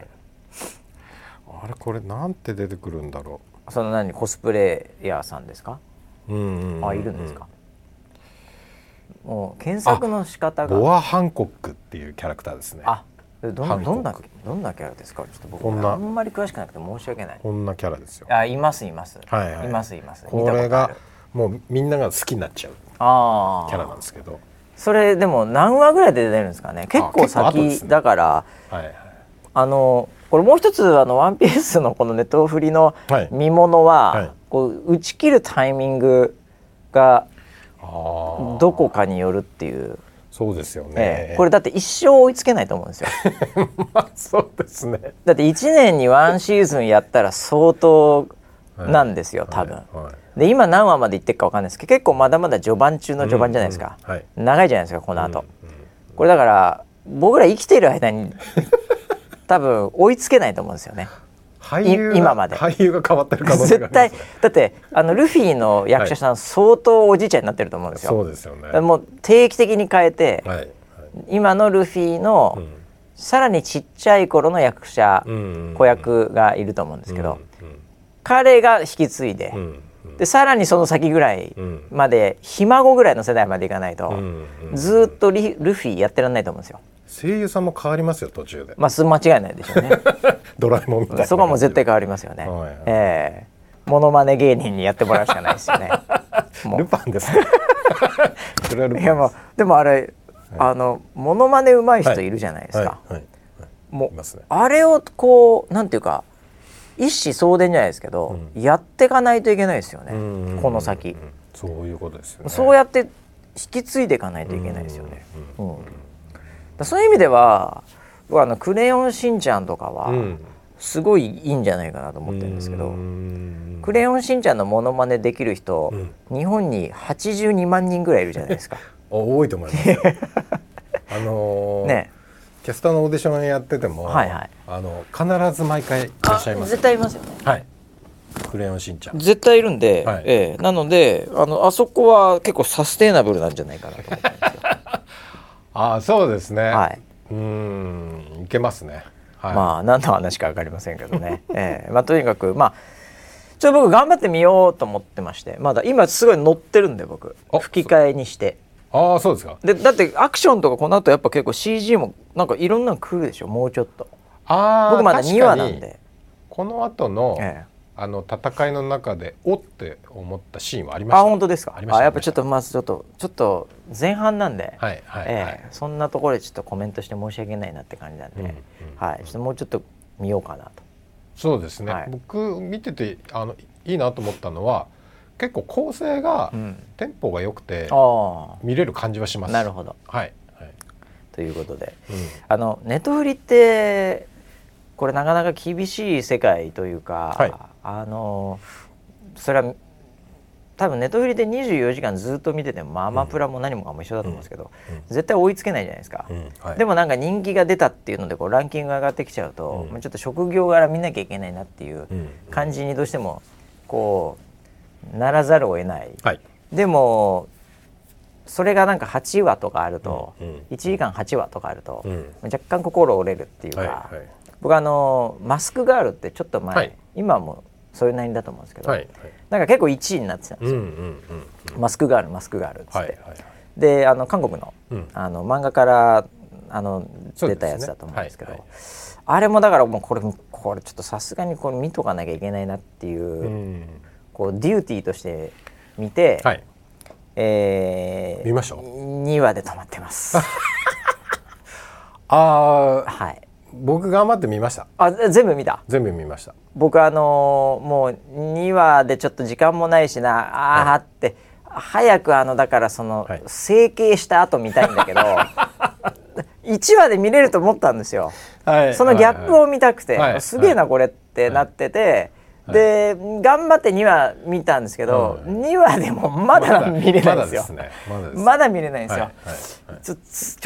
れこれなんて出てくるんだろう。その何コスプレイヤーさんですか？いるんですか？もう検索の仕方がボア・ハンコックっていうキャラクターですね。 どんなキャラですか？ちょっと僕あんまり詳しくなくて申し訳ない。 こんなキャラですよ。 いますいます。これがもうみんなが好きになっちゃうキャラなんですけど。 それでも何話ぐらいで出るんですかね？結構先だから。これもう一つワンピースのこのネトフリの見ものはこう打ち切るタイミングがどこかによるっていう。 そうですよね。 これだって一生追いつけないと思うんですよ。 そうですね。 だって1年に1シーズンやったら相当なんですよ、多分。で今何話までいってるか分かんないですけど結構まだまだ序盤中の序盤じゃないですか。長いじゃないですかこの後。これだから僕ら生きている間に多分追いつけないと思うんですよね。今まで俳優が変わってる可能性があります。 絶対だってルフィの役者さん、相当おじいちゃんになってると思うんですよ。 そうですよね。 もう定期的に変えて、今のルフィの、さらにちっちゃい頃の役者、子役がいると思うんですけど、彼が引き継いで、でさらにその先ぐらいまで、ひ孫ぐらいの世代までいかないと、ずっとルフィやってらんないと思うんですよ。 声優さんも変わりますよ途中で。 間違いないでしょうね。 ドラえもんみたいな。 そこはもう絶対変わりますよね。モノマネ芸人にやってもらうしかないですよね。 ルパンですか？ いやでもあれモノマネ上手い人いるじゃないですか。もうあれをこうなんていうか一子相伝じゃないですけど、やっていかないといけないですよね。この先。 そういうことですよね。 そうやって引き継いでいかないといけないですよね。そういう意味ではクレヨンしんちゃんとかはすごいいいんじゃないかなと思ってるんですけど、クレヨンしんちゃんのモノマネできる人、日本に82万人ぐらいいるじゃないですか。 多いと思いますよ。キキャスターのオーディションやってても、 はいはい、 必ず毎回いらっしゃいます。 絶対いますよね。 はい。クレヨンしんちゃん絶対いるんで、 はい、 なのであそこは結構サステイナブルなんじゃないかなと思ってるんですよ。 あ、そうですね。 はい、 いけますね。はい、 まあ何の話か分かりませんけどね。まあ、とにかくまあちょっと僕頑張ってみようと思ってまして、まだ今すごい乗ってるんで僕吹き替えにして。 ああ、そうですか。 でだってアクションとかこの後やっぱ結構 CG もなんかいろんなの来るでしょ、もうちょっと。僕まだ2話なんで。 この後の、戦いの中でおって思ったシーンはありました。 あ、本当ですか。 ありましたね。 やっぱちょっとまずちょっと前半なんで、 はいはいはい、 そんなところでちょっとコメントして申し訳ないなって感じなんで、はい、ちょっともうちょっと見ようかなと。 そうですね、はい、僕見てていいなと思ったのは結構構成が、テンポが良くて見れる感じはします。 なるほど、 はいはい、 ということで、ネットフリってこれなかなか厳しい世界というか、はい、それは多分ネットフリで24時間ずっと見ててもアマプラも何もかも一緒だと思うんですけど、絶対追いつけないじゃないですか、はい、でもなんか人気が出たっていうのでこうランキングが上がってきちゃうと、ちょっと職業柄見なきゃいけないなっていう感じにどうしてもこうならざるを得ない、はい、でもそれがなんか8話とかあると、1時間8話とかあると、若干心折れるっていうか、はいはい、僕マスクガールってちょっと前、はい、今もそれなりだと思うんですけど、はいはい、なんか結構1位になってたんですよ、マスクガールっつって、はいはい、で韓国の、漫画から出たやつだと思うんですけど、はいはい、あれもだからもうこれちょっとさすがにこれ見とかなきゃいけないなっていう、こうデューティーとして見て、はい、 見ました 2話で止まってますはい、 僕頑張って見ました。 全部見た。 全部見ました。 僕もう2話でちょっと時間もないしなって、早くだからその、整形した後見たいんだけど1話で見れると思ったんですよ、はい、そのギャップを見たくて、はい、すげえなこれってなってて、はい、で頑張って2話見たんですけど、はい、2話でもまだ見れないんですよ。まだ見れないんですよ、はいはい、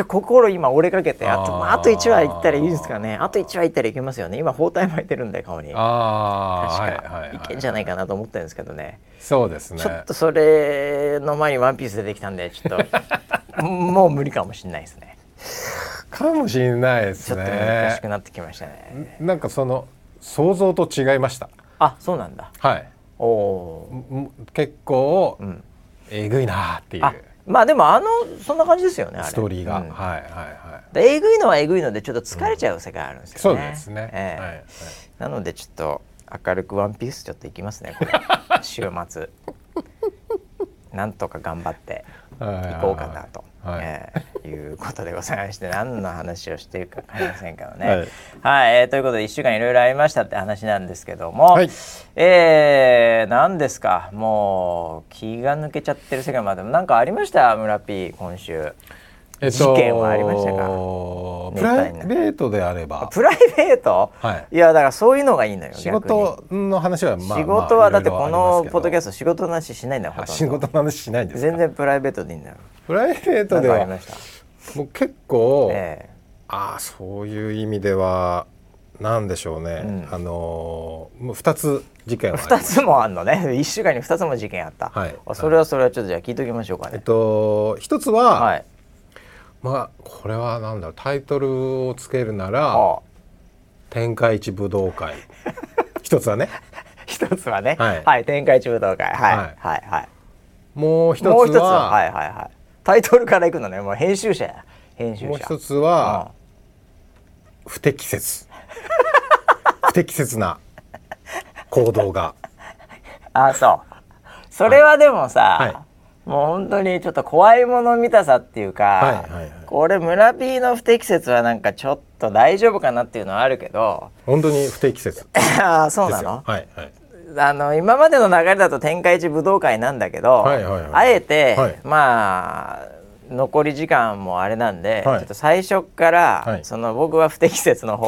心今折れかけてあと1話いったらいいですかね。あと1話いったらいけますよね。今包帯巻いてるんで顔に確か、はい、いけんじゃないかなと思ってるんですけどね。 そうですね。 ちょっとそれの前にワンピース出てきたんでちょっともう無理かもしれないですね。 かもしれないですね。 ちょっと難しくなってきましたね。 なんかその想像と違いました。 あ、そうなんだ。 はい。結構、えぐいなっていう。 まあでもそんな感じですよね。 ストーリーが、はいはいはい。 えぐいのはえぐいのでちょっと疲れちゃう世界あるんですよね。 そうですね。はい。 なのでちょっと明るくワンピースちょっといきますね。これ週末なんとか頑張っていこうかなと。いうことでございまして、何の話をしているか分かりませんけどね。はい、ということで1週間いろいろありましたって話なんですけども、はい、何ですか、もう気が抜けちゃってる世界までも何かありました？村 P 今週、事件はありましたか？ プライベートであれば。 プライベート？はい、いやだからそういうのがいいのよ。 仕事の話は仕事はだってこのポッドキャスト仕事の話しないんだよ。 仕事の話しないんですか？ 全然プライベートでいいんだよ。 プライベートではもう結構、そういう意味ではなんでしょうね、2つ事件はあります。 2つもあんのね。1週間に2つも事件あった、はい、それはちょっとじゃあ聞いておきましょうかね。 一つは、はい、これはなんだろう、タイトルをつけるなら天下一武道会一つはね一つはね、はい、はい、天下一武道会、はいはいはい、はい、 もう一つは、 はいはいはい、タイトルからいくのね。もう編集者や。もう一つは、不適切不適切な行動がそれはでもさ、はい、もう本当にちょっと怖いもの見たさっていうか、はいはいはい、これ村 P の不適切はなんかちょっと大丈夫かなっていうのはあるけど、 本当に不適切そうなの？ はいはい、 今までの流れだと天下一武道会なんだけど、はいはいはい、あえて、はい、まあ残り時間もあれなんで、はい、ちょっと最初から、はい、その僕は不適切の方を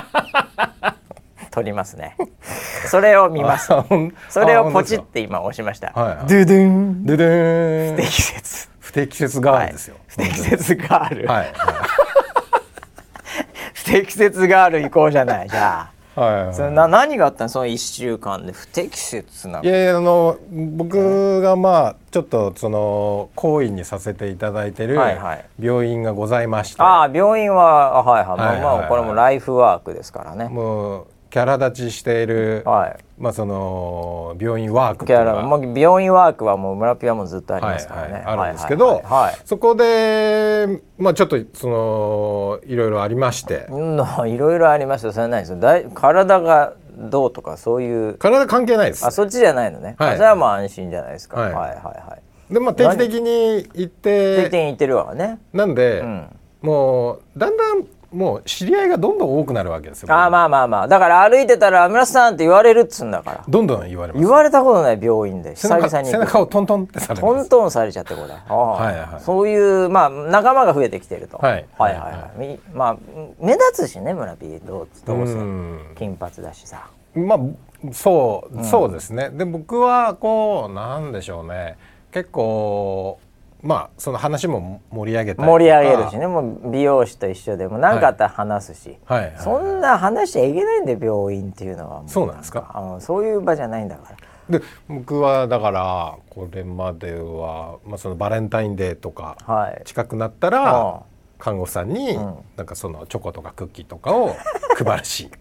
取りますね。それを見ます。それをポチって今押しました。はいはい、ドゥドゥンドゥドゥン、 不適切不適切ガールですよ。 はい、不適切ガール。はいはい適切ガール行こうじゃない。じゃあ、 はいはい、 それ何があったのその1週間で不適切な。 いやいや僕がちょっとその行為にさせていただいてる病院がございまして、 病院ははいはい、これもライフワークですからね。 もうキャラ立ちしている、その病院ワークっていうのは病院ワークはもう村ピはもうずっとありますからね、 あるんですけど、そこでちょっとそのいろいろありまして、 いろいろありました。それはないですよ。体がどうとかそういう体関係ないです。 そっちじゃないのね。それはもう安心じゃないですか。 で定期的に行ってるわね。 なんで、もうだんだんもう知り合いがどんどん多くなるわけですよ。 だから歩いてたら村瀬さんって言われるっつうんだから。 どんどん言われます。 言われたことない病院で久々に背中をトントンってされます。 トントンされちゃってこれ。そういう仲間が増えてきてると。目立つしね村 P どうせ金髪だしさ。 そうですね。で僕はこうなんでしょうね。結構その話も盛り上げたりとか盛り上げるしね。もう美容師と一緒でも何かあったら話すし、そんな話しちゃいけないんだよ病院っていうのは。 そうなんですか。 そういう場じゃないんだから。 で僕はだからこれまでは、そのバレンタインデーとか近くなったら、看護婦さんになんかそのチョコとかクッキーとかを配るし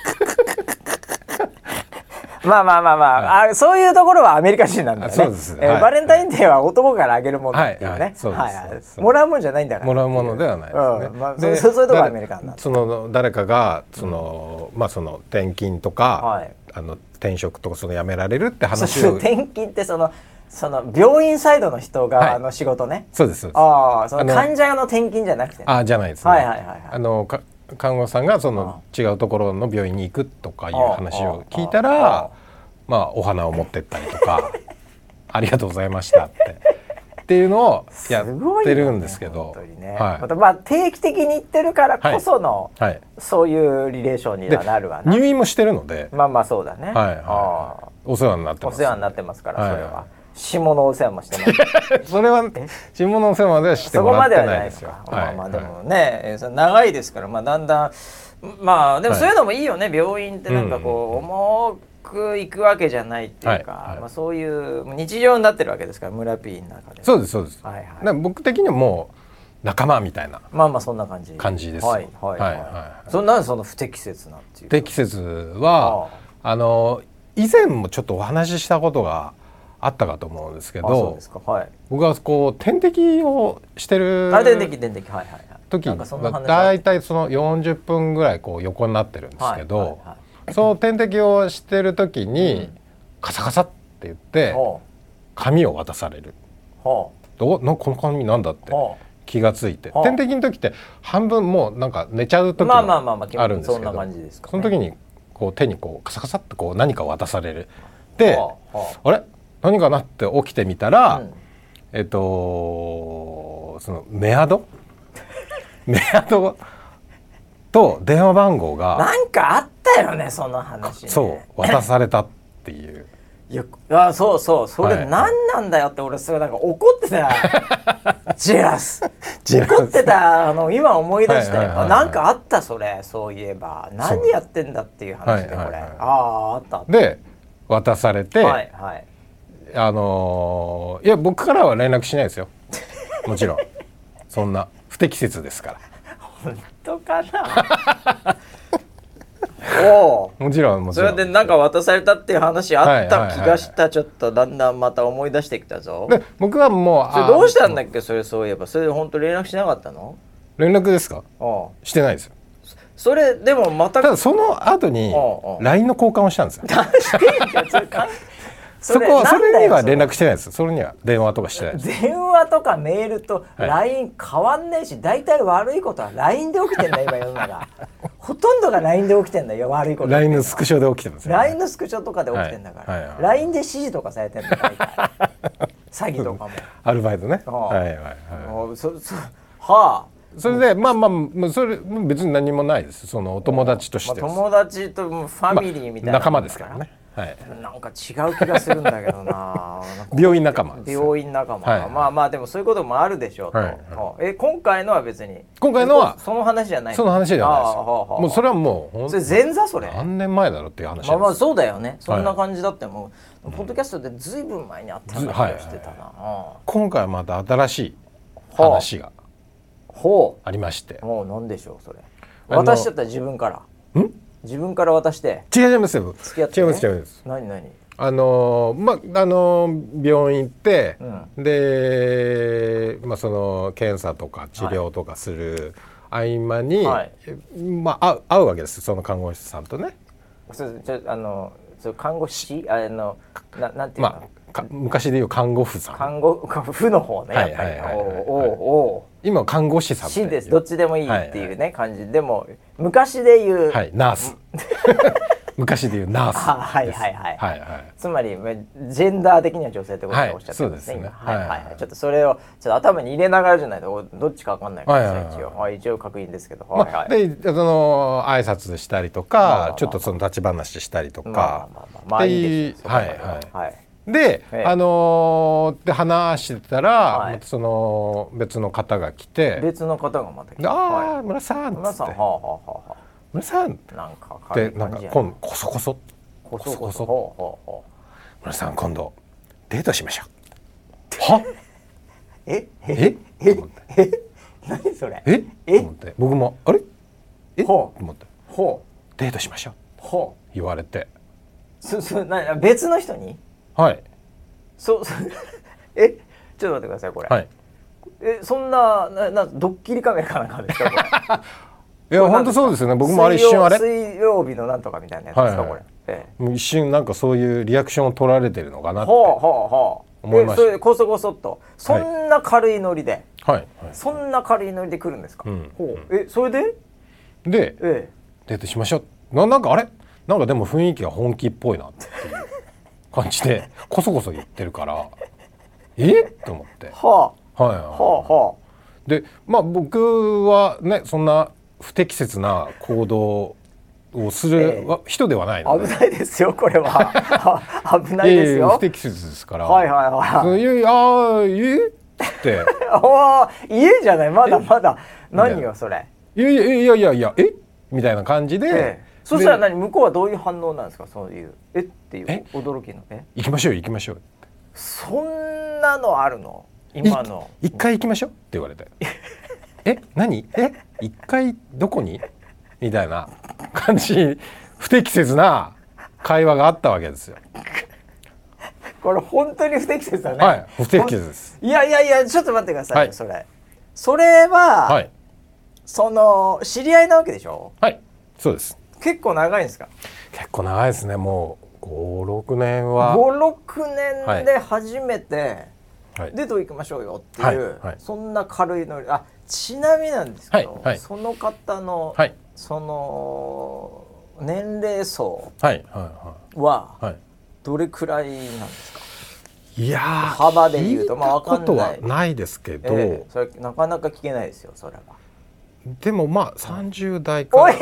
そういうところはアメリカ人なんだよね。 そうです、 バレンタインデーは男からあげるものっていうね。もらうもんじゃないんだから。 もらうものではないですね。 そういうところはアメリカンなんだ。 その誰かがそのその転勤とか転職とかその辞められるって話を。 転勤ってその病院サイドの人側の仕事ね。 そうです。その患者の転勤じゃなくて。 じゃないですね。看護師さんがその違うところの病院に行くとかいう話を聞いたらお花を持ってったりとかありがとうございましたっていうのをやってるんですけど、 定期的に行ってるからこそのそういうリレーションにはなるわね。 入院もしてるのでそうだね。 お世話になってます。 お世話になってますからそれは。下のお世話もしてますそれは下のお世話まではしてもらってないですよ。 でもね長いですからだんだんでもそういうのもいいよね。病院ってなんかこう重くいくわけじゃないっていうかそういう日常になってるわけですから村 P の中で。 そうですそうです。僕的にはもう仲間みたいなそんな感じです。 なんでその不適切なっていう。 不適切は以前もちょっとお話ししたことがあったかと思うんですけど、僕はこう点滴をしてる時にだいたいその40分ぐらいこう横になってるんですけど、その点滴をしてる時にカサカサって言って紙を渡される。この紙なんだって気がついて、点滴の時って半分もうなんか寝ちゃう時もあるんですけど、その時にこう手にこうカサカサってこう何か渡される。で、あれ何かなって起きてみたら、そのメアドと電話番号がなんかあったよねその話ね。 そう渡されたっていう。 そうそれ何なんだよって俺それなんか怒ってたジェラス怒ってた今思い出したよ。なんかあったそういえば何やってんだっていう話でこれあったで渡されて、いや僕からは連絡しないですよもちろんそんな不適切ですから本当かなもちろんそれでなんか渡されたっていう話あった気がした。ちょっとだんだんまた思い出してきたぞ。 で僕はもうそれどうしたんだっけそういえばそれで本当連絡しなかったの？ 連絡ですか？してないですよ。 それでもまただその後に LINE の交換をしたんですよ。それには連絡してないです。それには電話とかしてないです。 電話とかメールと LINE 変わんねえし、大体悪いことは LINE で起きてんだ今世の中ほとんどが LINE で起きてんだよ悪いこと。 LINE のスクショで起きてますよ、ね、 LINE のスクショとかで起きてんだから、LINE で指示とかされてんだ大体詐欺とかもアルバイトね。それでそれ別に何もないです。そのお友達として、 友達とファミリーみたいな仲間ですからね。 はい、 なんか違う気がするんだけどな病院仲間です。 病院仲間、はい、まあまあでもそういうこともあるでしょうと、はいはい、今回のは別に今回のはその話じゃないその話じゃないですよ。もうそれはもうそれ前座それ何年前だろうっていう話です。 まあまあそうだよね。そんな感じだってもう、はい、ポッドキャストでずいぶん前にあったような気がしてたな、はいはい、 今回はまた新しい話がありまして、 もう何でしょうそれ。渡しちゃったら自分から自分から渡して違いますよ。 付き合って、ね、 違います。 何病院行って、うん、で、その検査とか治療とかする合間に、はい、会うわけです。その看護師さんとね。 看護師なんていうの、 昔でいう看護婦さん。 看護婦の方ね、やっぱり。 今看護師さんってです。どっちでもいいっていうね、感じでも昔でいう、 はい、ナース昔でいうナースです。 はいはいはい、はいはい、つまりジェンダー的には女性ってことをおっしゃってますね。 そうですね。 はいはいはい、ちょっとそれをちょっと頭に入れながらじゃないとどっちか分かんないからですね、一応確認ですけど、はいはい、 でその挨拶したりとか、ちょっとその立ち話したりとか、 まあいいですよ。 はいはい。で、で話してたら、はい、その別の方が来て、 別の方がまた来て、 ああ村さんっつって、村さんなんかこそこそ村さん今度デートしましょう。は何それと思って、僕もあれと思って、デートしましょう言われて、 別の人に、 はい、 ちょっと待ってくださいこれ、はい、そんなドッキリカメラかなんかですかこれ。 いや本当そうですよね。僕もあれ一瞬水曜日のなんとかみたいなやつですか、これ。 一瞬なんかそういうリアクションを取られてるのかなって思いました。 それこそこそっとそんな軽いノリで、そんな軽いノリで来るんですか。それでデートしましょう。なんかあれなんかでも雰囲気が本気っぽいなっていう感じでこそこそ言ってるからと思って、で僕はねそんな不適切な行動をする人ではないので、 危ないですよこれは危ないですよ。 不適切ですから、って家じゃない、まだまだ何よそれ、 いやみたいな感じで、 そしたら向こうはどういう反応なんですか。そういうっていう驚きの行きましょうそんなのあるの今の。 一回行きましょうって言われて何一回どこにみたいな感じ、不適切な会話があったわけですよ。 これ本当に不適切だね。 はい、不適切です。 いやちょっと待ってください、はい、それは、はい、その知り合いなわけでしょ。 はい、そうです。 結構長いんですか。 結構長いですね。もう5、6年は 5、6年で初めて、はい、デート行きましょうよっていう、はい、そんな軽いの。ちなみになんですけど、はいはい、その方の、はい、その年齢層はどれくらいなんですか。 いや幅でいうと分かんないことはないですけど、 それなかなか聞けないですよそれは。 でも30代から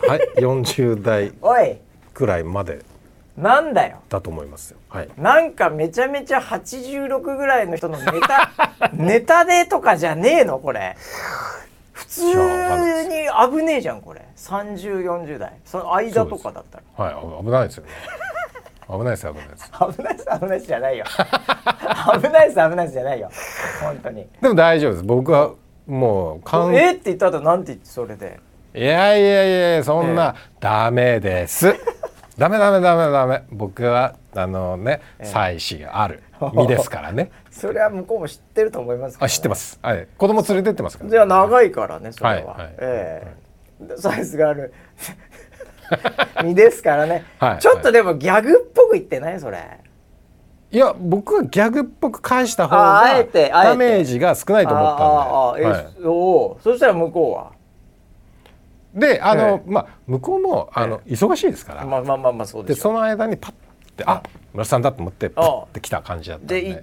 40代くらいまでなんだよだと思いますよ。はい、 なんかめちゃめちゃ86ぐらいの人のネタでとかじゃねえのこれ。普通に危ねえじゃんこれ。30、40代その間とかだったら。はい、危ないですよね。危ないですじゃないよ。危ないですじゃないよ本当に。 でも大丈夫です。僕はもうって言った後なんて言ってそれで。 いやそんな、ダメです。ダメ。僕は妻子がある身ですからね。 それは向こうも知ってると思いますから、ね。 知ってます。はい、子供連れてってますから、ね。 じゃあ長いからねそれは。サイズがある身ですからね。ちょっとでもギャグっぽく言ってないそれ。 いや僕はギャグっぽく返した方がダメージが少ないと思ったんで。 そしたら向こうはで向こうも忙しいですから、 そうでしょ。 でその間にパッて村田さんだと思ってパッて来た感じだったんで、 行って、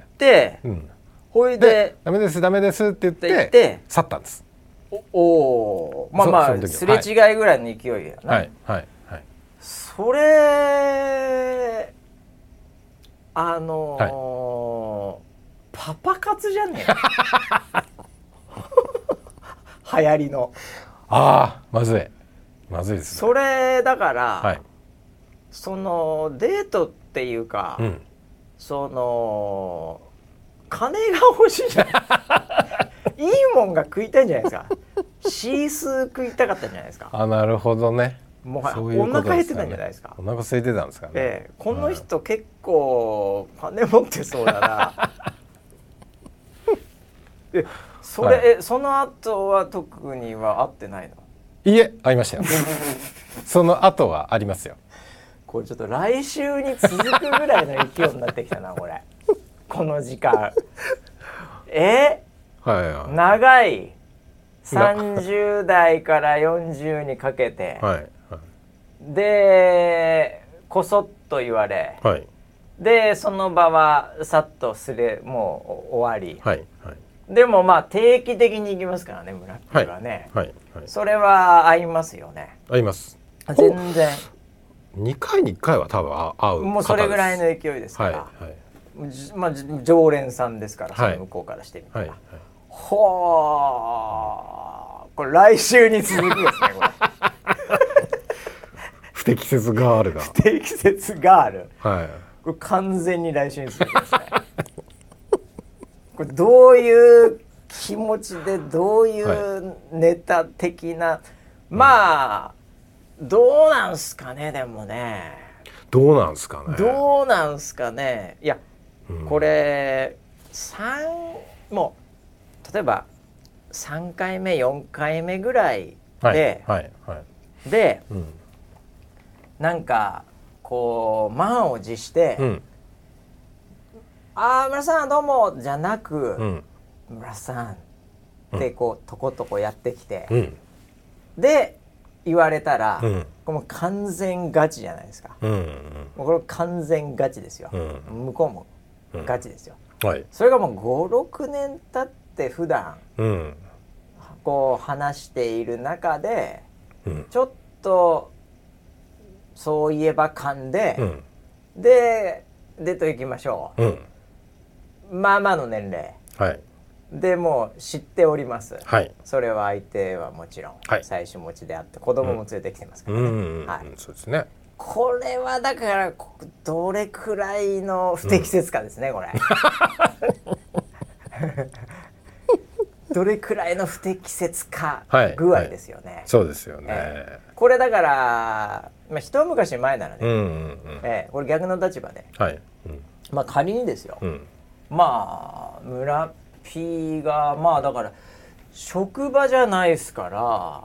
ほいでダメですって言って去ったんです。 すれ違いぐらいの勢いやな。 はい。 それパパ活じゃねえ流行りの。 まずいですね。 それだから、 はい、 そのデートっていうか、その金が欲しいじゃないいいもんが食いたいんじゃないですか。シースー食いたかったんじゃないですか。 なるほどね。 もうそういうことですかね。お腹減ってたんじゃないですか。 お腹空いてたんですかね。 この人結構金持ってそうだなその後は特には会ってないの？ いえ、会いましたよその後はありますよ。 これちょっと来週に続くぐらいの勢いになってきたなこれこの時間長い30代から40にかけて、でこそっと言われ、でその場はさっともう終わり、でもまあ定期的に行きますからね、村木はね、それは合いますよね。 合います。 全然 2回に1回は多分合う方です。 もうそれぐらいの勢いですから、まあ、常連さんですから、その向こうからしてみたら、これ来週に続くですねこれ不適切ガールが不適切ガール、これ完全に来週に続きますねこれどういう気持ちでどういうネタ的な、まあどうなんすかね。でもねどうなんすかね。 いや、これもう例えば3回目4回目ぐらいで、なんかこう満を持して、村さんどうもじゃなく、村さんってこうとことこやってきて、で言われたら、これも完全ガチじゃないですか。もうこれ完全ガチですよ、向こうもガチですよ、それがもう 5,6 年経って普段、こう話している中で、ちょっとそういえば勘で、でデート行きましょう、まあまあの年齢、でもう知っております、それは相手はもちろん、妻子持ちであって子供も連れてきてますからね。 そうですね。 これはだからどれくらいの不適切かですね、これどれくらいの不適切か具合ですよね。 そうですよね。 これだから、一昔前ならね、これ逆の立場で、まあ仮にですよ、まあ村Pがまあだから職場じゃないですから、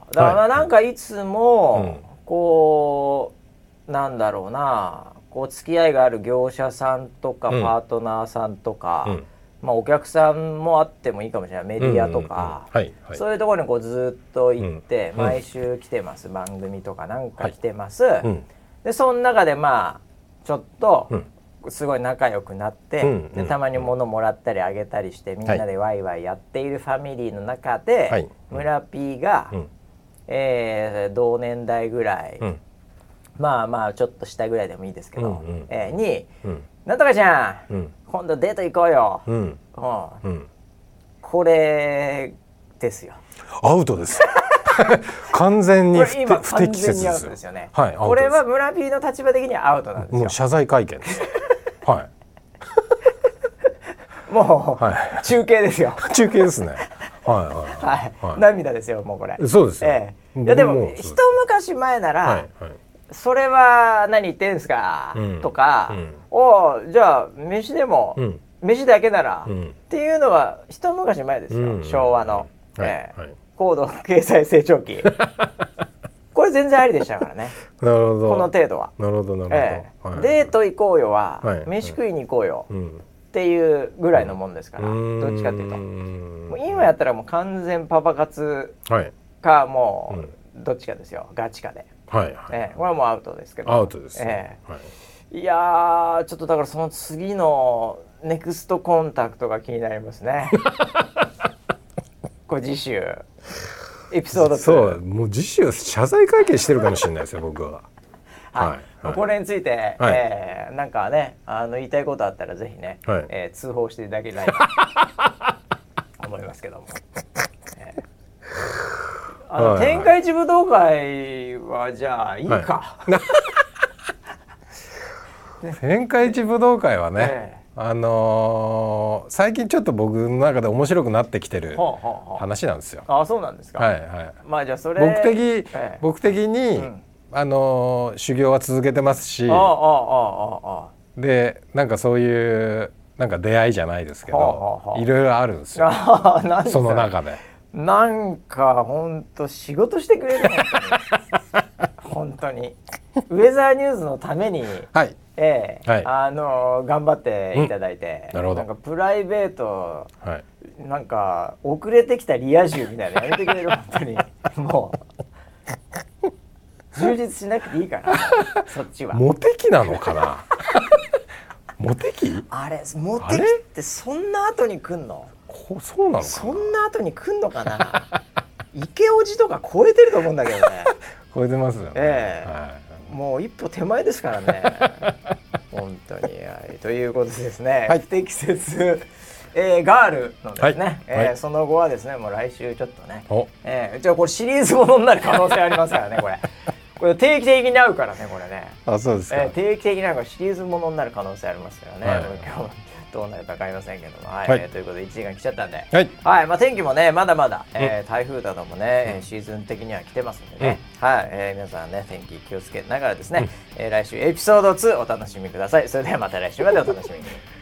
だからなんかいつもこうなんだろうな、こう付き合いがある業者さんとかパートナーさんとか、まあお客さんもあってもいいかもしれない、メディアとかそういうところにこうずっと行って、毎週来てます、番組とかなんか来てます、でその中でまあちょっとすごい仲良くなって、でたまに物もらったりあげたりしてみんなでワイワイやっているファミリーの中で、村 P が、同年代ぐらい、まあまあちょっと下ぐらいでもいいですけど、に「なんとかちゃん、今度デート行こうよ」これですよ。 アウトです完全に不適切にアウトですよね。これは村 P の立場的にはアウトなんですよ。 もう謝罪会見ですもう、中継ですよ中継ですね。 涙ですよもうこれ。 そうですよ。 いやでも一昔前なら、それは何言ってんすか、とか、じゃあ飯でも、飯だけなら、っていうのは一昔前ですよ、昭和の、高度経済成長期これ全然ありでしたからねなるほど、 この程度は。 なるほどなるほど、 デート行こうよは、飯食いに行こうよ、っていうぐらいのもんですから、どっちかっていうともう今やったらもう完全パパ活か、もうどっちかですよ、ガチかで、これはもうアウトですけど。 アウトです、 いやちょっとだからその次のネクストコンタクトが気になりますねこれ次週エピソード2。 そう、もう次週謝罪会見してるかもしれないですよ僕は。 はい、これについて、なんかね言いたいことあったらぜひね、通報していただけないと思いますけども、天下一武道会はじゃあいいか、 天下一武道会はね、最近ちょっと僕の中で面白くなってきてる話なんですよ。 あ、そうなんですか。 はいはい。 まあじゃあそれ僕的に、修行は続けてますし、でなんかそういうなんか出会いじゃないですけど、いろいろあるんですよ。その中で。 なんか本当仕事してくれる本当にウェザーニューズのために。はい。頑張っていただいて、なんかプライベート、なんか遅れてきたリア充みたいなやめてくれる本当にもう充実しなくていいからそっちは。 モテ期なのかなモテ期？ あれモテ期ってそんな後に来んの？ そうなのかな。 そんな後に来んのかな池オジとか超えてると思うんだけどね。 超えてますよね。 もう一歩手前ですからね本当に。ということでですね、不適切、ガールのですね、その後はですねもう来週ちょっとね、じゃあこれシリーズものになる可能性ありますからねこれ定期的に会うからねこれね。 あ、そうですか。 定期的に会うからシリーズものになる可能性ありますからね、今日どうなるか分かりませんけども、ということで1時間来ちゃったんで、天気もねまだまだ、台風などもね、シーズン的には来てますのでね、皆さんね天気気をつけながらですね、来週エピソード2お楽しみください。それではまた来週までお楽しみに。